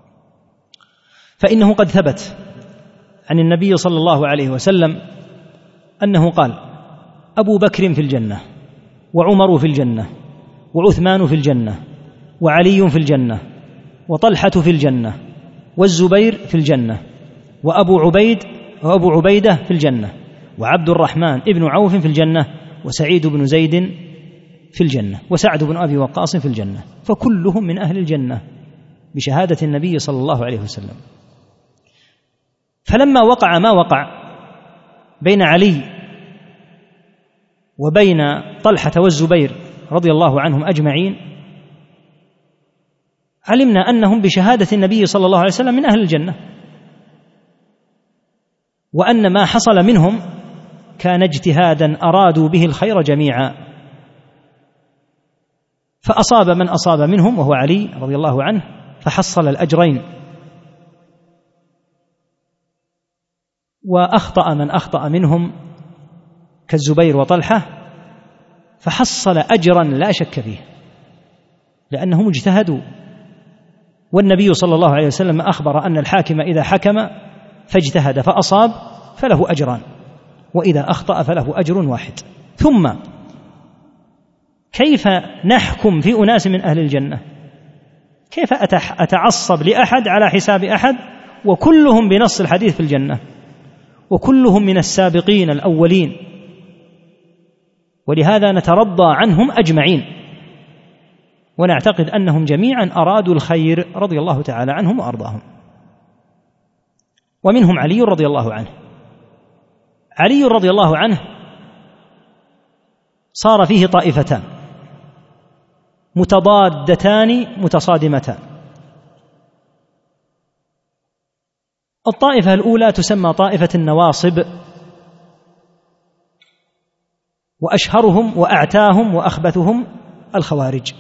فإنه قد ثبت عن النبي صلى الله عليه وسلم أنه قال: أبو بكر في الجنة، وعمر في الجنة، وعثمان في الجنة، وعلي في الجنة، وطلحة في الجنة، والزبير في الجنة، وأبو عبيدة في الجنة، وعبد الرحمن ابن عوف في الجنة، وسعيد بن زيد في الجنة، وسعد بن أبي وقاص في الجنة، فكلهم من أهل الجنة بشهادة النبي صلى الله عليه وسلم. فلما وقع ما وقع بين علي وبين طلحة والزبير رضي الله عنهم أجمعين، علمنا أنهم بشهادة النبي صلى الله عليه وسلم من أهل الجنة، وأن ما حصل منهم كان اجتهادا أرادوا به الخير جميعا، فأصاب من أصاب منهم وهو علي رضي الله عنه فحصل الأجرين، وأخطأ من أخطأ منهم كالزبير وطلحة فحصل أجرا لا شك فيه، لأنهم اجتهدوا. والنبي صلى الله عليه وسلم أخبر أن الحاكم إذا حكم فاجتهد فأصاب فله أجران، وإذا أخطأ فله أجر واحد. ثم كيف نحكم في أناس من أهل الجنة؟ كيف أتعصب لأحد على حساب أحد وكلهم بنص الحديث في الجنة، وكلهم من السابقين الأولين؟ ولهذا نترضى عنهم أجمعين، ونعتقد أنهم جميعا أرادوا الخير رضي الله تعالى عنهم وأرضاهم. ومنهم علي رضي الله عنه. علي رضي الله عنه صار فيه طائفتان متضادتان متصادمتان. الطائفة الأولى تسمى طائفة النواصب، وأشهرهم وأعتاهم وأخبثهم الخوارج،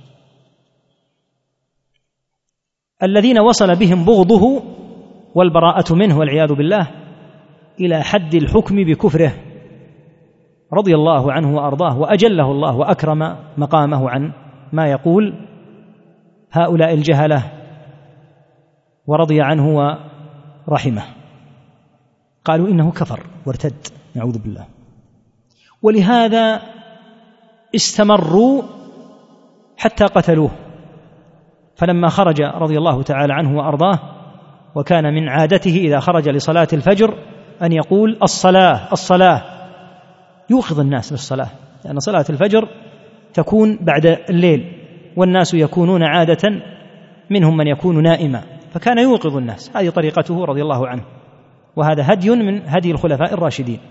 الذين وصل بهم بغضه والبراءة منه والعياذ بالله إلى حد الحكم بكفره رضي الله عنه وأرضاه، وأجله الله وأكرم مقامه عن ما يقول هؤلاء الجهلة ورضي عنه ورحمه. قالوا إنه كفر وارتد، نعوذ بالله. ولهذا استمروا حتى قتلوه. فلما خرج رضي الله تعالى عنه وأرضاه، وكان من عادته إذا خرج لصلاة الفجر أن يقول الصلاة الصلاة، يوقظ الناس للصلاة، لأن صلاة الفجر تكون بعد الليل والناس يكونون عادة منهم من يكون نائما، فكان يوقظ الناس. هذه طريقته رضي الله عنه، وهذا هدي من هدي الخلفاء الراشدين.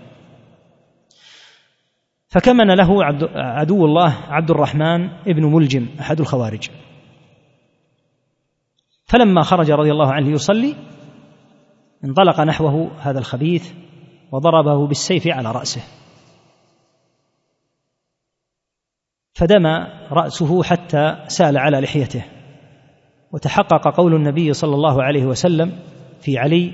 فكمن له عدو الله عبد الرحمن ابن ملجم أحد الخوارج، فلما خرج رضي الله عنه يصلي انطلق نحوه هذا الخبيث وضربه بالسيف على رأسه، فدمى رأسه حتى سال على لحيته. وتحقق قول النبي صلى الله عليه وسلم في علي: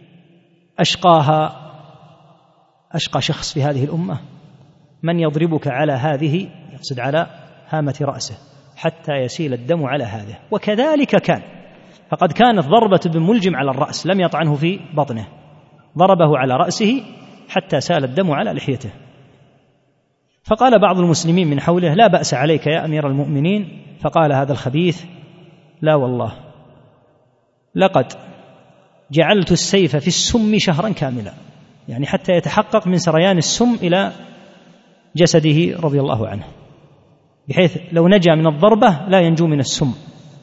أشقى شخص في هذه الأمة من يضربك على هذه، يقصد على هامة رأسه، حتى يسيل الدم على هذا. وكذلك كان، فقد كانت ضربة ابن ملجم على الرأس، لم يطعنه في بطنه، ضربه على رأسه حتى سال الدم على لحيته. فقال بعض المسلمين من حوله: لا بأس عليك يا أمير المؤمنين. فقال هذا الخبيث: لا والله، لقد جعلت السيف في السم شهرا كاملا، يعني حتى يتحقق من سريان السم إلى جسده رضي الله عنه، بحيث لو نجا من الضربة لا ينجو من السم.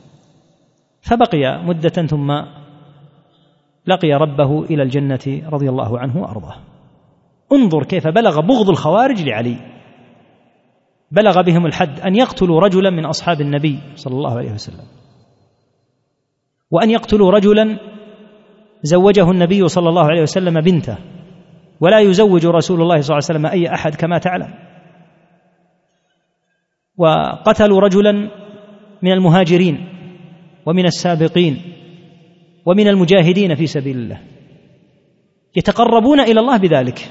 فبقي مدة ثم لقي ربه إلى الجنة رضي الله عنه وأرضاه. انظر كيف بلغ بغض الخوارج لعلي، بلغ بهم الحد أن يقتلوا رجلا من أصحاب النبي صلى الله عليه وسلم، وأن يقتلوا رجلا زوجه النبي صلى الله عليه وسلم بنته، ولا يزوج رسول الله صلى الله عليه وسلم أي أحد كما تعلم. وقتلوا رجلا من المهاجرين ومن السابقين ومن المجاهدين في سبيل الله، يتقربون إلى الله بذلك.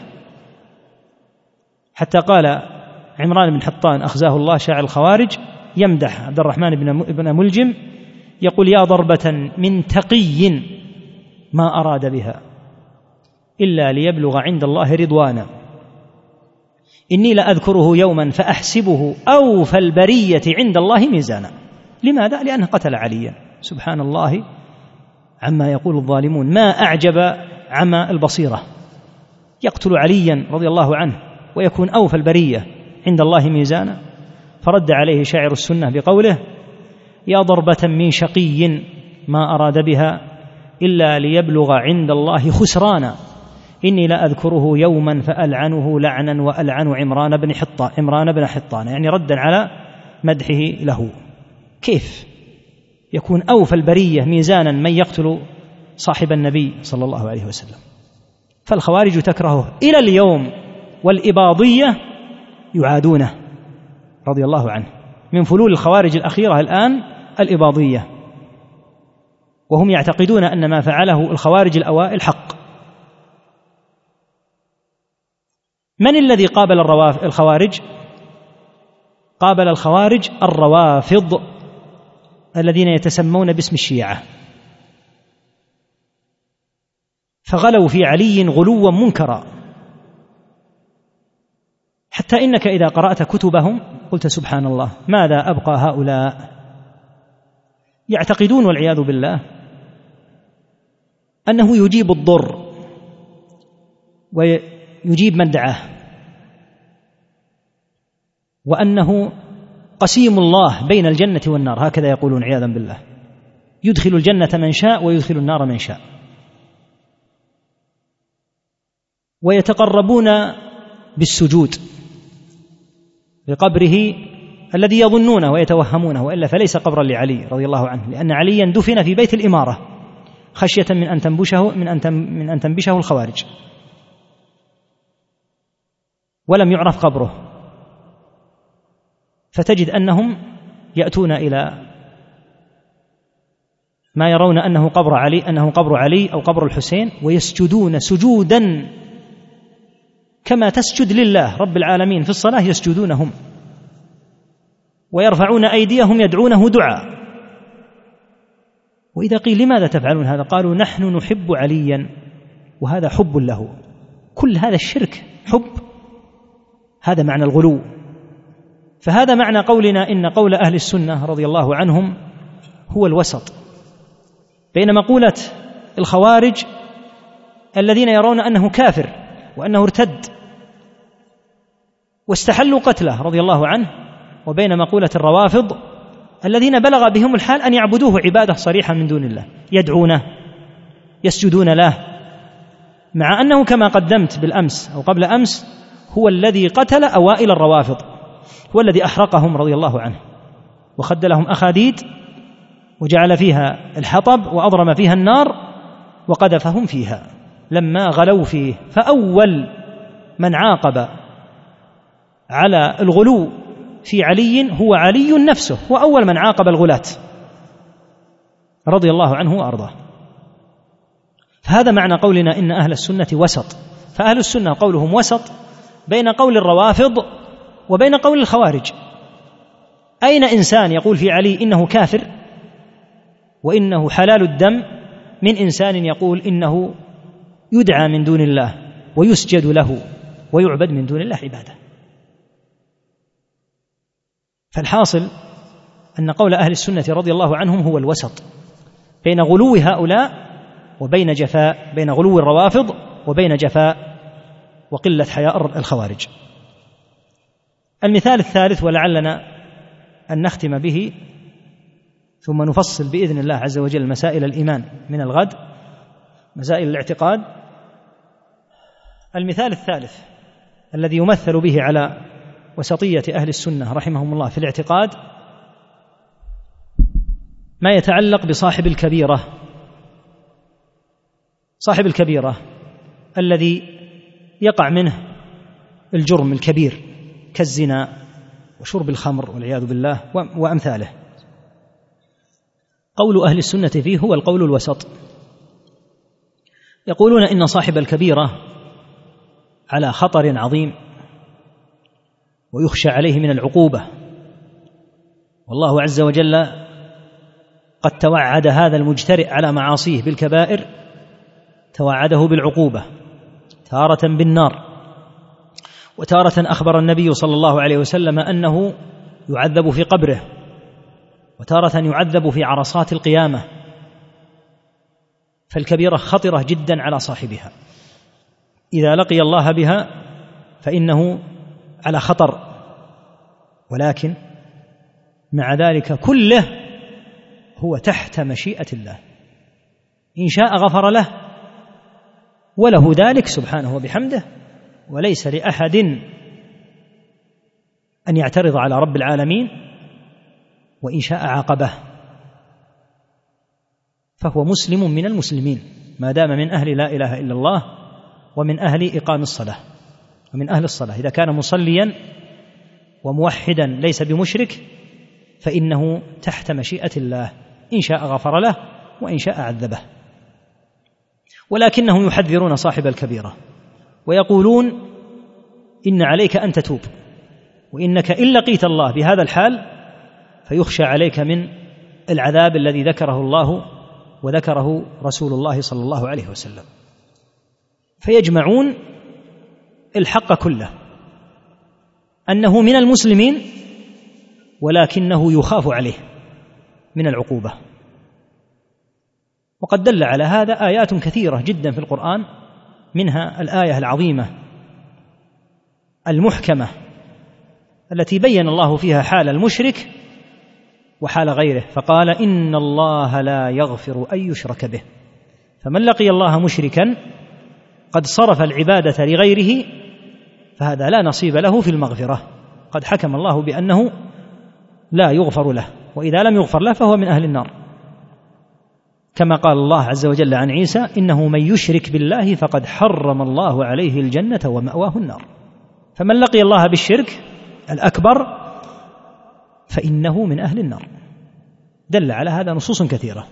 حتى قال عمران بن حطان أخزاه الله شاعر الخوارج يمدح عبد الرحمن بن ملجم، يقول: يا ضربة من تقي ما أراد بها إلا ليبلغ عند الله رضوانا، إني لأذكره يوما فأحسبه أوفى البرية عند الله ميزانا. لماذا؟ لأنه قتل عليا. سبحان الله عما يقول الظالمون، ما أعجب عمى البصيرة، يقتل عليا رضي الله عنه ويكون أوفى البرية عند الله ميزانا. فرد عليه شاعر السنة بقوله: يا ضربة من شقي ما أراد بها إلا ليبلغ عند الله خسرانا، إني لأذكره يوما فألعنه لعنا وألعن عمران بن حطان، يعني ردا على مدحه له. كيف يكون أوفى البرية ميزانا من يقتل صاحب النبي صلى الله عليه وسلم؟ فالخوارج تكرهه إلى اليوم، والإباضية يعادونه رضي الله عنه. من فلول الخوارج الأخيرة الآن الإباضية، وهم يعتقدون أن ما فعله الخوارج الأوائل حق. من الذي قابل الخوارج؟ قابل الخوارج الروافض الذين يتسمون باسم الشيعة، فغلوا في علي غلوا منكرا، حتى إنك إذا قرأت كتبهم قلت سبحان الله، ماذا أبقى هؤلاء؟ يعتقدون والعياذ بالله أنه يجيب الضر ويجيب من دعاه، وأنه قسيم الله بين الجنة والنار، هكذا يقولون عياذا بالله، يدخل الجنة من شاء ويدخل النار من شاء. ويتقربون بالسجود بقبره الذي يظنونه ويتوهمونه، وإلا فليس قبرا لعلي رضي الله عنه، لأن عليا دفن في بيت الإمارة خشية من أن تنبشه الخوارج، ولم يعرف قبره. فتجد أنهم يأتون إلى ما يرون أنه قبر علي أو قبر الحسين، ويسجدون سجودا كما تسجد لله رب العالمين في الصلاة، يسجدونهم ويرفعون أيديهم يدعونه دعاء. وإذا قيل لماذا تفعلون هذا؟ قالوا: نحن نحب عليا وهذا حب له. كل هذا الشرك حب، هذا معنى الغلو. فهذا معنى قولنا إن قول أهل السنة رضي الله عنهم هو الوسط بين مقولة الخوارج الذين يرون أنه كافر وأنه ارتد واستحلوا قتله رضي الله عنه، وبين مقولة الروافض الذين بلغ بهم الحال أن يعبدوه عبادة صريحة من دون الله، يدعونه يسجدون له، مع أنه كما قدمت بالأمس أو قبل أمس هو الذي قتل أوائل الروافض، هو الذي أحرقهم رضي الله عنه وخد لهم أخاديد وجعل فيها الحطب وأضرم فيها النار وقذفهم فيها لما غلوا فيه. فأول من عاقب على الغلو في علي هو علي نفسه، وأول من عاقب الغلاة رضي الله عنه وأرضاه. فهذا معنى قولنا إن أهل السنة وسط. فأهل السنة قولهم وسط بين قول الروافض وبين قول الخوارج. أين إنسان يقول في علي إنه كافر وإنه حلال الدم من إنسان يقول إنه يدعى من دون الله ويسجد له ويعبد من دون الله عبادة؟ فالحاصل أن قول أهل السنة رضي الله عنهم هو الوسط بين غلو هؤلاء وبين جفاء، بين غلو الروافض وبين جفاء وقلة حياء الخوارج. المثال الثالث ولعلنا أن نختم به ثم نفصل بإذن الله عز وجل مسائل الإيمان من الغد، مسائل الاعتقاد. المثال الثالث الذي يمثل به على وسطية أهل السنة رحمهم الله في الاعتقاد ما يتعلق بصاحب الكبيرة. صاحب الكبيرة الذي يقع منه الجرم الكبير كالزنا وشرب الخمر والعياذ بالله وأمثاله. قول أهل السنة فيه هو القول الوسط. يقولون إن صاحب الكبيرة على خطر عظيم ويخشى عليه من العقوبة، والله عز وجل قد توعد هذا المجترئ على معاصيه بالكبائر، توعده بالعقوبة تارة بالنار، وتارة أخبر النبي صلى الله عليه وسلم أنه يعذب في قبره، وتارة يعذب في عرصات القيامة. فالكبيرة خطرة جدا على صاحبها، إذا لقي الله بها فإنه على خطر، ولكن مع ذلك كله هو تحت مشيئة الله، إن شاء غفر له وله ذلك سبحانه وبحمده، وليس لأحد أن يعترض على رب العالمين، وإن شاء عاقبه، فهو مسلم من المسلمين ما دام من أهل لا إله إلا الله ومن أهل إقام الصلاة ومن أهل الصلاة. إذا كان مصليا وموحدا ليس بمشرك فإنه تحت مشيئة الله، إن شاء غفر له وإن شاء عذبه. ولكنهم يحذرون صاحب الكبيرة ويقولون إن عليك أن تتوب، وإنك إن لقيت الله بهذا الحال فيخشى عليك من العذاب الذي ذكره الله وذكره رسول الله صلى الله عليه وسلم. فيجمعون الحق كله أنه من المسلمين ولكنه يخاف عليه من العقوبة. وقد دل على هذا آيات كثيرة جدا في القرآن، منها الآية العظيمة المحكمة التي بين الله فيها حال المشرك وحال غيره، فقال إن الله لا يغفر أن يشرك به، فمن لقي الله مشركا قد صرف العبادة لغيره فهذا لا نصيب له في المغفرة، قد حكم الله بأنه لا يغفر له، وإذا لم يغفر له فهو من أهل النار، كما قال الله عز وجل عن عيسى إنه من يشرك بالله فقد حرم الله عليه الجنة ومأواه النار. فمن لقي الله بالشرك الأكبر فإنه من أهل النار. دل على هذا نصوص كثيرة.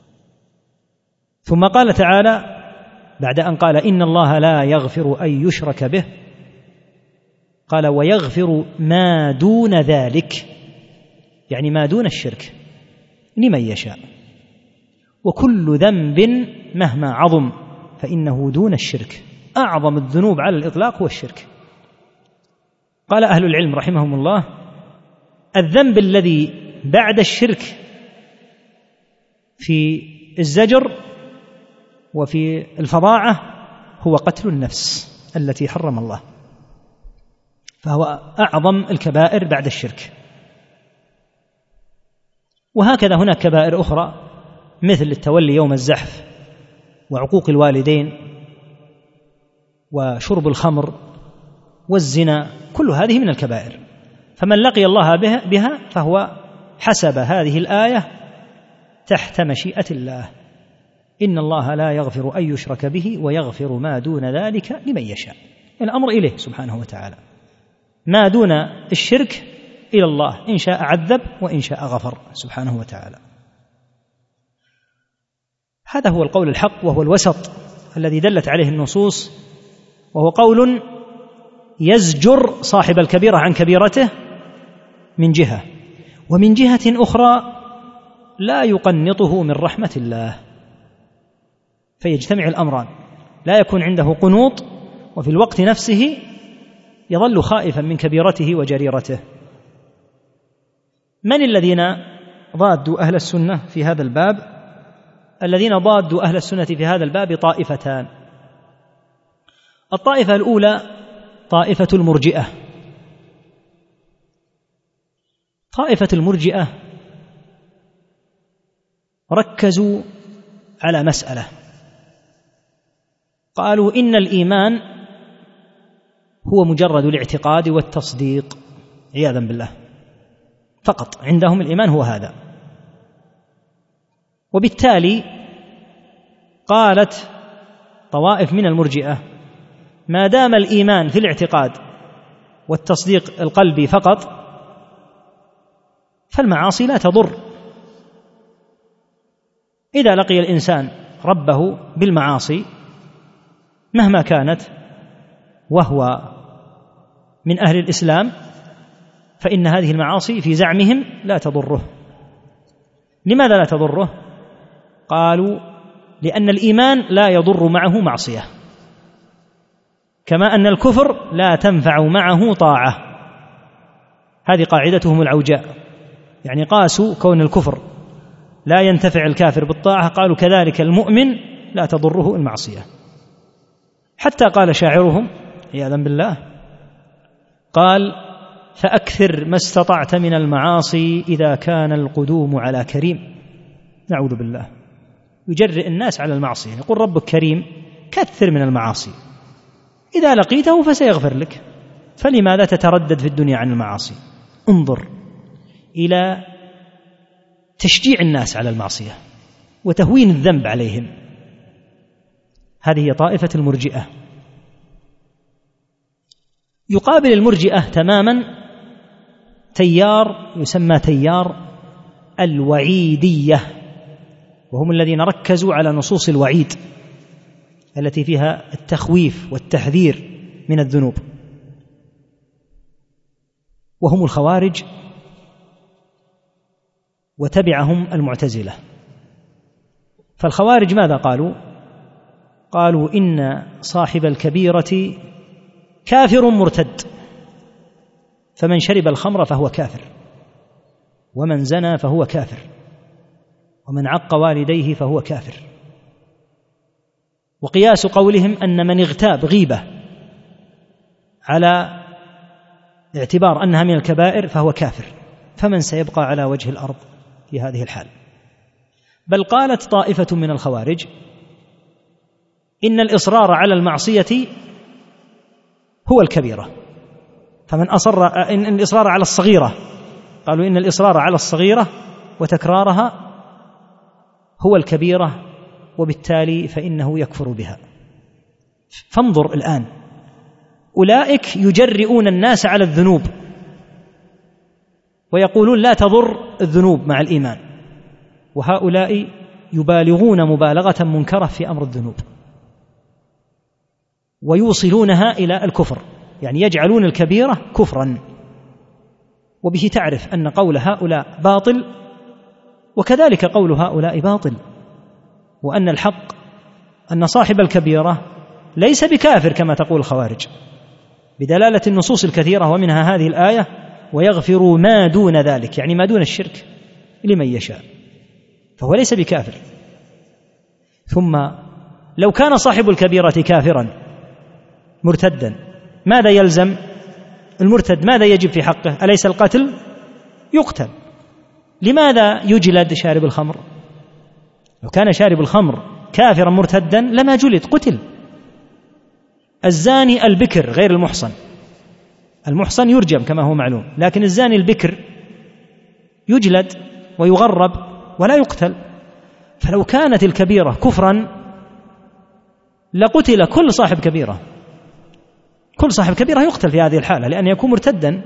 ثم قال تعالى بعد أن قال إن الله لا يغفر أن يشرك به قال ويغفر ما دون ذلك، يعني ما دون الشرك، لمن يشاء، وكل ذنب مهما عظم فإنه دون الشرك. أعظم الذنوب على الإطلاق هو الشرك. قال أهل العلم رحمهم الله: الذنب الذي بعد الشرك في الزجر وفي الفظاعة هو قتل النفس التي حرم الله، فهو أعظم الكبائر بعد الشرك. وهكذا هناك كبائر أخرى مثل التولي يوم الزحف وعقوق الوالدين وشرب الخمر والزنا، كل هذه من الكبائر. فمن لقي الله بها فهو حسب هذه الآية تحت مشيئة الله. إن الله لا يغفر أن يشرك به ويغفر ما دون ذلك لمن يشاء. الأمر إليه سبحانه وتعالى، ما دون الشرك إلى الله، إن شاء عذب وإن شاء غفر سبحانه وتعالى. هذا هو القول الحق، وهو الوسط الذي دلت عليه النصوص، وهو قول يزجر صاحب الكبيرة عن كبيرته من جهة، ومن جهة أخرى لا يقنطه من رحمة الله، فيجتمع الأمران، لا يكون عنده قنوط وفي الوقت نفسه يظل خائفا من كبيرته وجريرته. من الذين ضادوا أهل السنة في هذا الباب؟ الذين ضادوا أهل السنة في هذا الباب طائفتان. الطائفة الأولى طائفة المرجئة. طائفة المرجئة ركزوا على مسألة، قالوا إن الإيمان هو مجرد الاعتقاد والتصديق عياذا بالله، فقط عندهم الإيمان هو هذا. وبالتالي قالت طوائف من المرجئة: ما دام الإيمان في الاعتقاد والتصديق القلبي فقط فالمعاصي لا تضر. إذا لقي الإنسان ربه بالمعاصي مهما كانت وهو من أهل الإسلام فإن هذه المعاصي في زعمهم لا تضره. لماذا لا تضره؟ قالوا: لأن الإيمان لا يضر معه معصية، كما أن الكفر لا تنفع معه طاعة. هذه قاعدتهم العوجاء، يعني قاسوا كون الكفر لا ينتفع الكافر بالطاعة، قالوا كذلك المؤمن لا تضره المعصية. حتى قال شاعرهم عياذا بالله، قال: فأكثر ما استطعت من المعاصي إذا كان القدوم على كريم. نعوذ بالله، يجرئ الناس على المعصية، يقول ربك كريم، كثر من المعاصي، إذا لقيته فسيغفر لك، فلماذا تتردد في الدنيا عن المعاصي؟ انظر إلى تشجيع الناس على المعصية وتهوين الذنب عليهم. هذه هي طائفة المرجئة. يقابل المرجئة تماما تيار يسمى تيار الوعيدية، وهم الذين ركزوا على نصوص الوعيد التي فيها التخويف والتحذير من الذنوب، وهم الخوارج وتبعهم المعتزلة. فالخوارج ماذا قالوا؟ قالوا إن صاحب الكبيرة كافر مرتد، فمن شرب الخمر فهو كافر، ومن زنى فهو كافر، ومن عق والديه فهو كافر. وقياس قولهم أن من اغتاب غيبة على اعتبار أنها من الكبائر فهو كافر، فمن سيبقى على وجه الأرض في هذه الحال؟ بل قالت طائفة من الخوارج إن الإصرار على المعصية هو الكبيرة، فمن أصر إن الإصرار على الصغيرة، قالوا إن الإصرار على الصغيرة وتكرارها هو الكبيرة، وبالتالي فإنه يكفر بها. فانظر الآن، أولئك يجرئون الناس على الذنوب ويقولون لا تضر الذنوب مع الإيمان، وهؤلاء يبالغون مبالغة منكرة في أمر الذنوب ويوصلونها إلى الكفر، يعني يجعلون الكبيرة كفرا. وبه تعرف أن قول هؤلاء باطل، وكذلك قول هؤلاء باطل، وأن الحق أن صاحب الكبيرة ليس بكافر كما تقول الخوارج، بدلالة النصوص الكثيرة ومنها هذه الآية: ويغفر ما دون ذلك، يعني ما دون الشرك لمن يشاء، فهو ليس بكافر. ثم لو كان صاحب الكبيرة كافرا مرتدا ماذا يلزم المرتد؟ ماذا يجب في حقه؟ أليس القتل؟ يقتل. لماذا يجلد شارب الخمر؟ لو كان شارب الخمر كافرا مرتدا لما جلد، قتل. الزاني البكر غير المحصن، المحصن يرجم كما هو معلوم، لكن الزاني البكر يجلد ويغرب ولا يقتل. فلو كانت الكبيرة كفرا لقتل كل صاحب كبيرة، كل صاحب كبيرة يقتل في هذه الحالة لأن يكون مرتدا.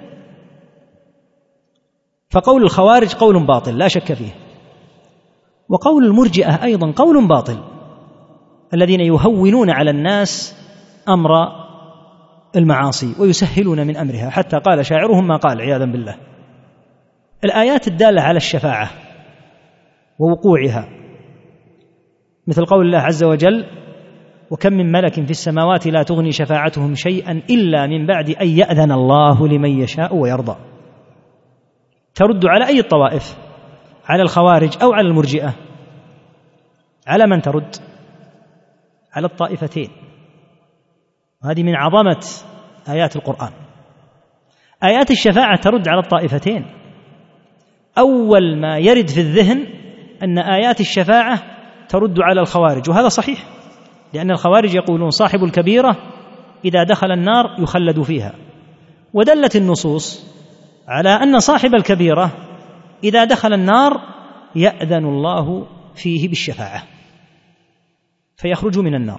فقول الخوارج قول باطل لا شك فيه، وقول المرجئة أيضا قول باطل، الذين يهونون على الناس أمر المعاصي ويسهلون من أمرها، حتى قال شاعرهم ما قال عياذا بالله. الآيات الدالة على الشفاعة ووقوعها مثل قول الله عز وجل: وكم من ملك في السماوات لا تغني شفاعتهم شيئا إلا من بعد أن يأذن الله لمن يشاء ويرضى. ترد على أي الطوائف؟ على الخوارج أو على المرجئة؟ على من ترد؟ على الطائفتين. هذه من عظمة آيات القرآن. آيات الشفاعة ترد على الطائفتين. أول ما يرد في الذهن أن آيات الشفاعة ترد على الخوارج، وهذا صحيح، لأن الخوارج يقولون صاحب الكبيرة إذا دخل النار يخلد فيها، ودلت النصوص على أن صاحب الكبيرة إذا دخل النار يأذن الله فيه بالشفاعة فيخرج من النار.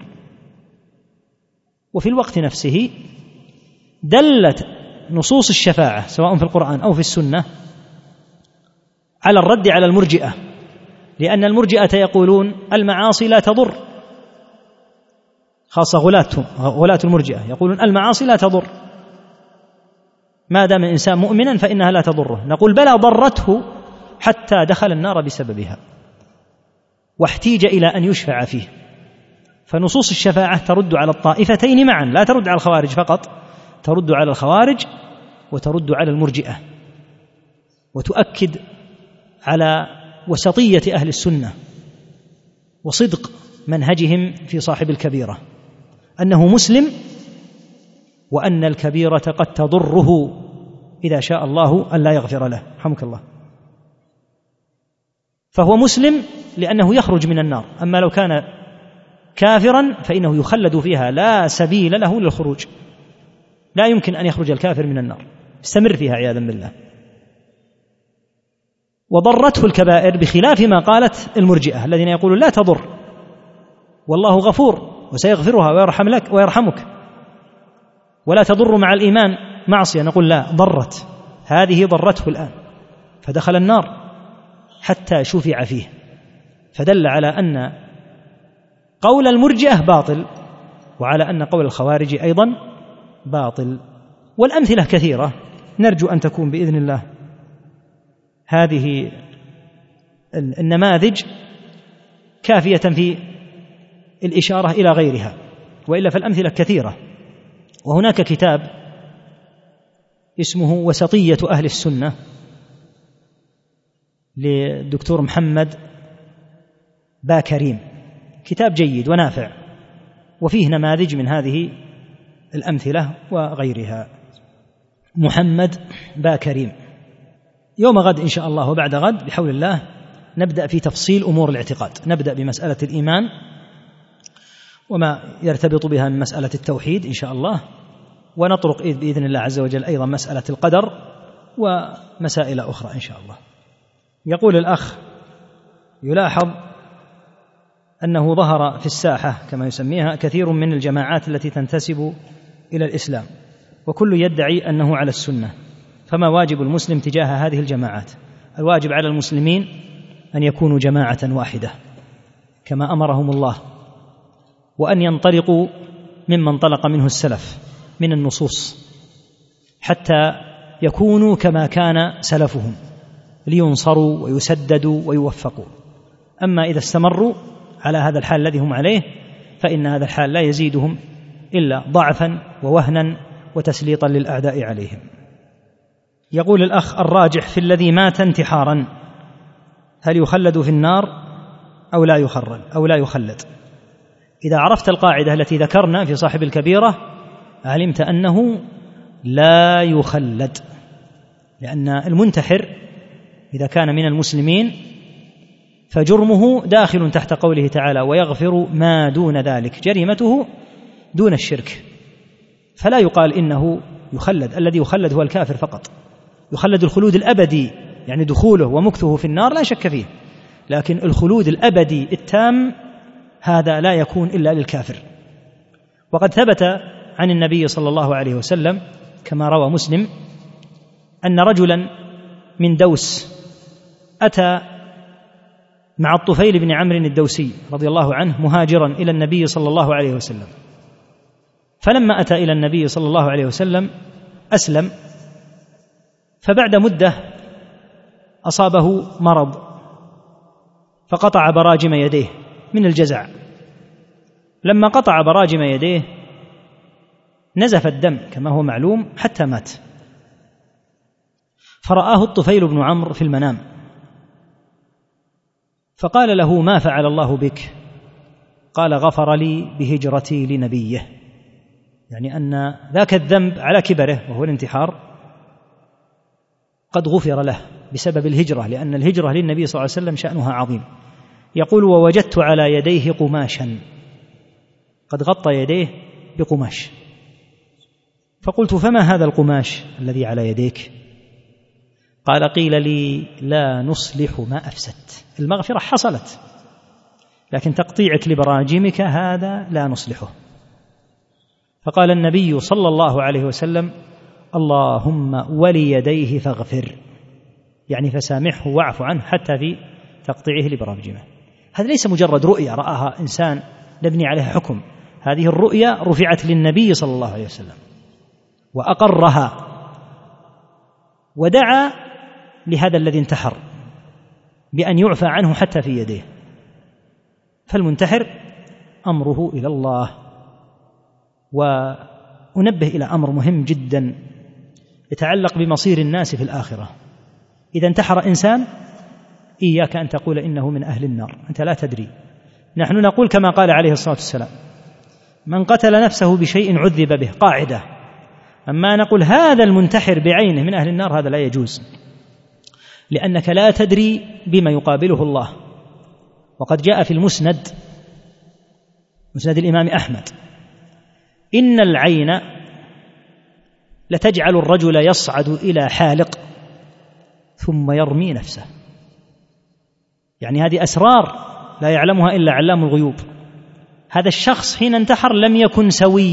وفي الوقت نفسه دلت نصوص الشفاعة سواء في القرآن أو في السنة على الرد على المرجئة، لأن المرجئة يقولون المعاصي لا تضر، خاصة غلاة المرجئة يقولون المعاصي لا تضر، ما دام الإنسان مؤمنا فإنها لا تضره. نقول بلى ضرته حتى دخل النار بسببها واحتيج إلى أن يشفع فيه. فنصوص الشفاعة ترد على الطائفتين معا، لا ترد على الخوارج فقط، ترد على الخوارج وترد على المرجئة، وتؤكد على وسطية أهل السنة وصدق منهجهم في صاحب الكبيرة، أنه مسلم، وأن الكبيرة قد تضره إذا شاء الله أن لا يغفر له، رحمك الله. فهو مسلم لأنه يخرج من النار، أما لو كان كافرا فإنه يخلد فيها، لا سبيل له للخروج، لا يمكن أن يخرج الكافر من النار، استمر فيها عياذا بالله. وضرته الكبائر بخلاف ما قالت المرجئة الذين يقولون لا تضر والله غفور وسيغفرها ويرحم لك ويرحمك، ولا تضر مع الإيمان معصية. نقول لا، ضرت، هذه ضرته الآن فدخل النار حتى شفع فيه، فدل على أن قول المرجئة باطل، وعلى أن قول الخوارج أيضا باطل. والأمثلة كثيرة، نرجو أن تكون بإذن الله هذه النماذج كافية في الإشارة إلى غيرها، وإلا فالأمثلة كثيرة. وهناك كتاب اسمه وسطية أهل السنة للدكتور محمد باكريم، كتاب جيد ونافع، وفيه نماذج من هذه الأمثلة وغيرها. محمد باكريم. يوم غد إن شاء الله وبعد غد بحول الله نبدأ في تفصيل أمور الاعتقاد، نبدأ بمسألة الإيمان وما يرتبط بها من مسألة التوحيد إن شاء الله، ونطرق بإذن الله عز وجل أيضا مسألة القدر ومسائل أخرى إن شاء الله. يقول الأخ: يلاحظ أنه ظهر في الساحة كما يسميها كثير من الجماعات التي تنتسب إلى الإسلام، وكل يدعي أنه على السنة، فما واجب المسلم تجاه هذه الجماعات؟ الواجب على المسلمين أن يكونوا جماعة واحدة كما أمرهم الله، وأن ينطلقوا مما انطلق منه السلف من النصوص حتى يكونوا كما كان سلفهم لينصروا ويسددوا ويوفقوا. أما إذا استمروا على هذا الحال الذي هم عليه فإن هذا الحال لا يزيدهم إلا ضعفا ووهنا وتسليطا للأعداء عليهم. يقول الأخ: الراجح في الذي مات انتحارا هل يخلد في النار أو لا يخلد؟ إذا عرفت القاعدة التي ذكرنا في صاحب الكبيرة علمت أنه لا يخلد، لأن المنتحر إذا كان من المسلمين فجرمه داخل تحت قوله تعالى: ويغفر ما دون ذلك، جريمته دون الشرك، فلا يقال إنه يخلد. الذي يخلد هو الكافر فقط، يخلد الخلود الأبدي، يعني دخوله ومكثه في النار لا شك فيه، لكن الخلود الأبدي التام هذا لا يكون إلا للكافر. وقد ثبت عن النبي صلى الله عليه وسلم كما روى مسلم أن رجلا من دوس أتى مع الطفيل بن عمرو الدوسي رضي الله عنه مهاجرا إلى النبي صلى الله عليه وسلم، فلما أتى إلى النبي صلى الله عليه وسلم أسلم، فبعد مدة أصابه مرض فقطع براجم يديه من الجزع. لما قطع براجم يديه نزف الدم كما هو معلوم حتى مات، فرآه الطفيل بن عمرو في المنام فقال له: ما فعل الله بك؟ قال: غفر لي بهجرتي لنبيه، يعني أن ذاك الذنب على كبره وهو الانتحار قد غفر له بسبب الهجرة، لأن الهجرة للنبي صلى الله عليه وسلم شأنها عظيم. يقول: ووجدت على يديه قماشا، قد غطى يديه بقماش، فقلت: فما هذا القماش الذي على يديك؟ قال: قيل لي: لا نصلح ما أفسدت، المغفرة حصلت لكن تقطيعك لبراجمك هذا لا نصلحه. فقال النبي صلى الله عليه وسلم: اللهم وليديه فاغفر، يعني فسامحه واعف عنه حتى في تقطيعه لبراجمه. هذا ليس مجرد رؤيا رآها إنسان نبني عليها حكم، هذه الرؤيا رفعت للنبي صلى الله عليه وسلم وأقرها ودعا لهذا الذي انتحر بأن يعفى عنه حتى في يديه. فالمنتحر أمره إلى الله. وأنبه إلى أمر مهم جدا يتعلق بمصير الناس في الآخرة. إذا انتحر إنسان إياك أن تقول إنه من أهل النار، أنت لا تدري. نحن نقول كما قال عليه الصلاة والسلام: من قتل نفسه بشيء عذب به، قاعدة. أما نقول هذا المنتحر بعينه من أهل النار هذا لا يجوز، لأنك لا تدري بما يقابله الله. وقد جاء في المسند، مسند الإمام أحمد: إن العين لتجعل الرجل يصعد إلى حالق ثم يرمي نفسه، يعني هذه أسرار لا يعلمها إلا علام الغيوب. هذا الشخص حين انتحر لم يكن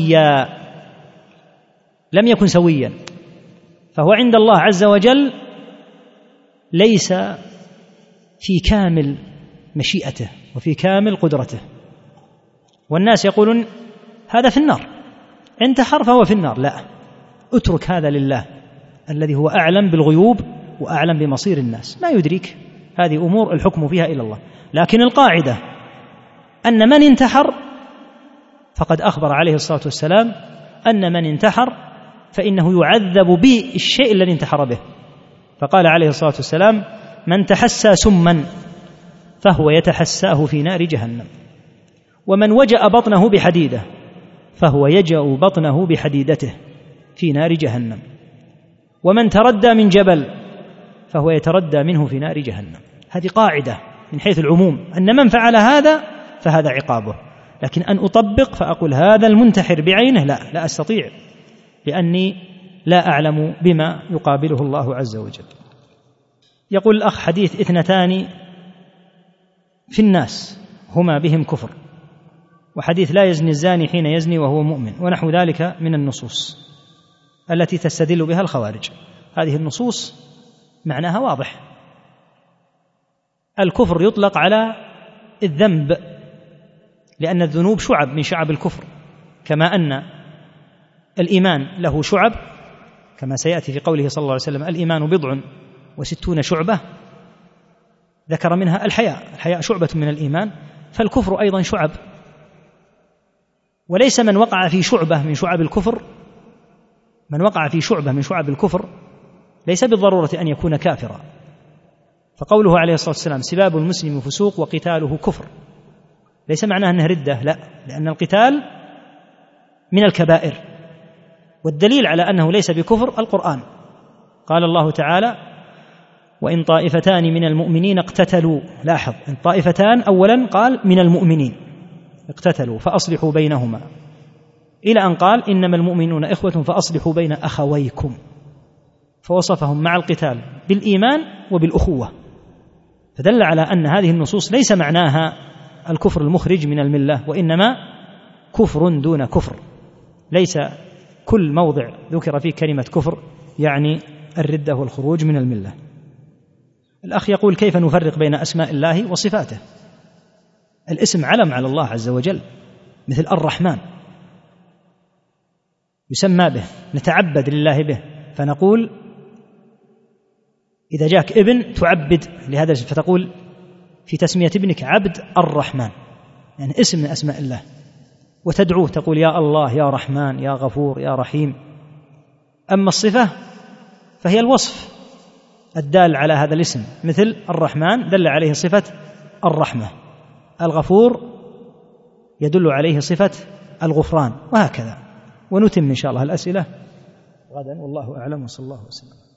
سويا، فهو عند الله عز وجل ليس في كامل مشيئته وفي كامل قدرته. والناس يقولون هذا في النار، انتحر فهو في النار. لا، اترك هذا لله الذي هو أعلم بالغيوب وأعلم بمصير الناس، ما يدريك، هذه أمور الحكم فيها إلى الله. لكن القاعدة أن من انتحر فقد أخبر عليه الصلاة والسلام أن من انتحر فإنه يعذب بالشيء الذي انتحر به. فقال عليه الصلاة والسلام: من تحسى سما فهو يتحساه في نار جهنم، ومن وجأ بطنه بحديدة فهو يجأ بطنه بحديدته في نار جهنم، ومن تردى من جبل فهو يتردى منه في نار جهنم. هذه قاعدة من حيث العموم، أن من فعل هذا فهذا عقابه. لكن أن أطبق فأقول هذا المنتحر بعينه لا أستطيع، لأني لا أعلم بما يقابله الله عز وجل. يقول الأخ: حديث 2 في الناس هما بهم كفر، وحديث لا يزني الزاني حين يزني وهو مؤمن، ونحو ذلك من النصوص التي تستدل بها الخوارج. هذه النصوص معناها واضح، الكفر يطلق على الذنب، لأن الذنوب شعب من شعب الكفر، كما أن الإيمان له شعب، كما سيأتي في قوله صلى الله عليه وسلم: الإيمان 60 شعبة، ذكر منها الحياء شعبة من الإيمان، فالكفر أيضا شعب. وليس من وقع في شعبة من شعب الكفر، من وقع في شعبة من شعب الكفر ليس بالضرورة أن يكون كافرا. فقوله عليه الصلاة والسلام سباب المسلم فسوق وقتاله كفر ليس معناه أنه ردة، لا، لأن القتال من الكبائر، والدليل على أنه ليس بكفر القرآن. قال الله تعالى وإن طائفتان من المؤمنين اقتتلوا، لاحظ إن طائفتان أولا قال من المؤمنين اقتتلوا فأصلحوا بينهما، إلى أن قال إنما المؤمنون إخوة فأصلحوا بين أخويكم، فوصفهم مع القتال بالإيمان وبالأخوة، فدل على أن هذه النصوص ليس معناها الكفر المخرج من الملة، وإنما كفر دون كفر، ليس كل موضع ذكر فيه كلمة كفر يعني الردة والخروج من الملة. الأخ يقول كيف نفرق بين أسماء الله وصفاته؟ الاسم علم على الله عز وجل، مثل الرحمن يسمى به، نتعبد لله به، فنقول إذا جاك ابن تعبد لهذا الاسم، فتقول في تسمية ابنك عبد الرحمن، يعني اسم من أسماء الله، وتدعوه تقول يا الله يا رحمن يا غفور يا رحيم. أما الصفة فهي الوصف الدال على هذا الاسم، مثل الرحمن دل عليه صفة الرحمة، الغفور يدل عليه صفة الغفران، وهكذا. ونتم إن شاء الله الأسئلة غدا، والله أعلم، وصلى الله وسلم.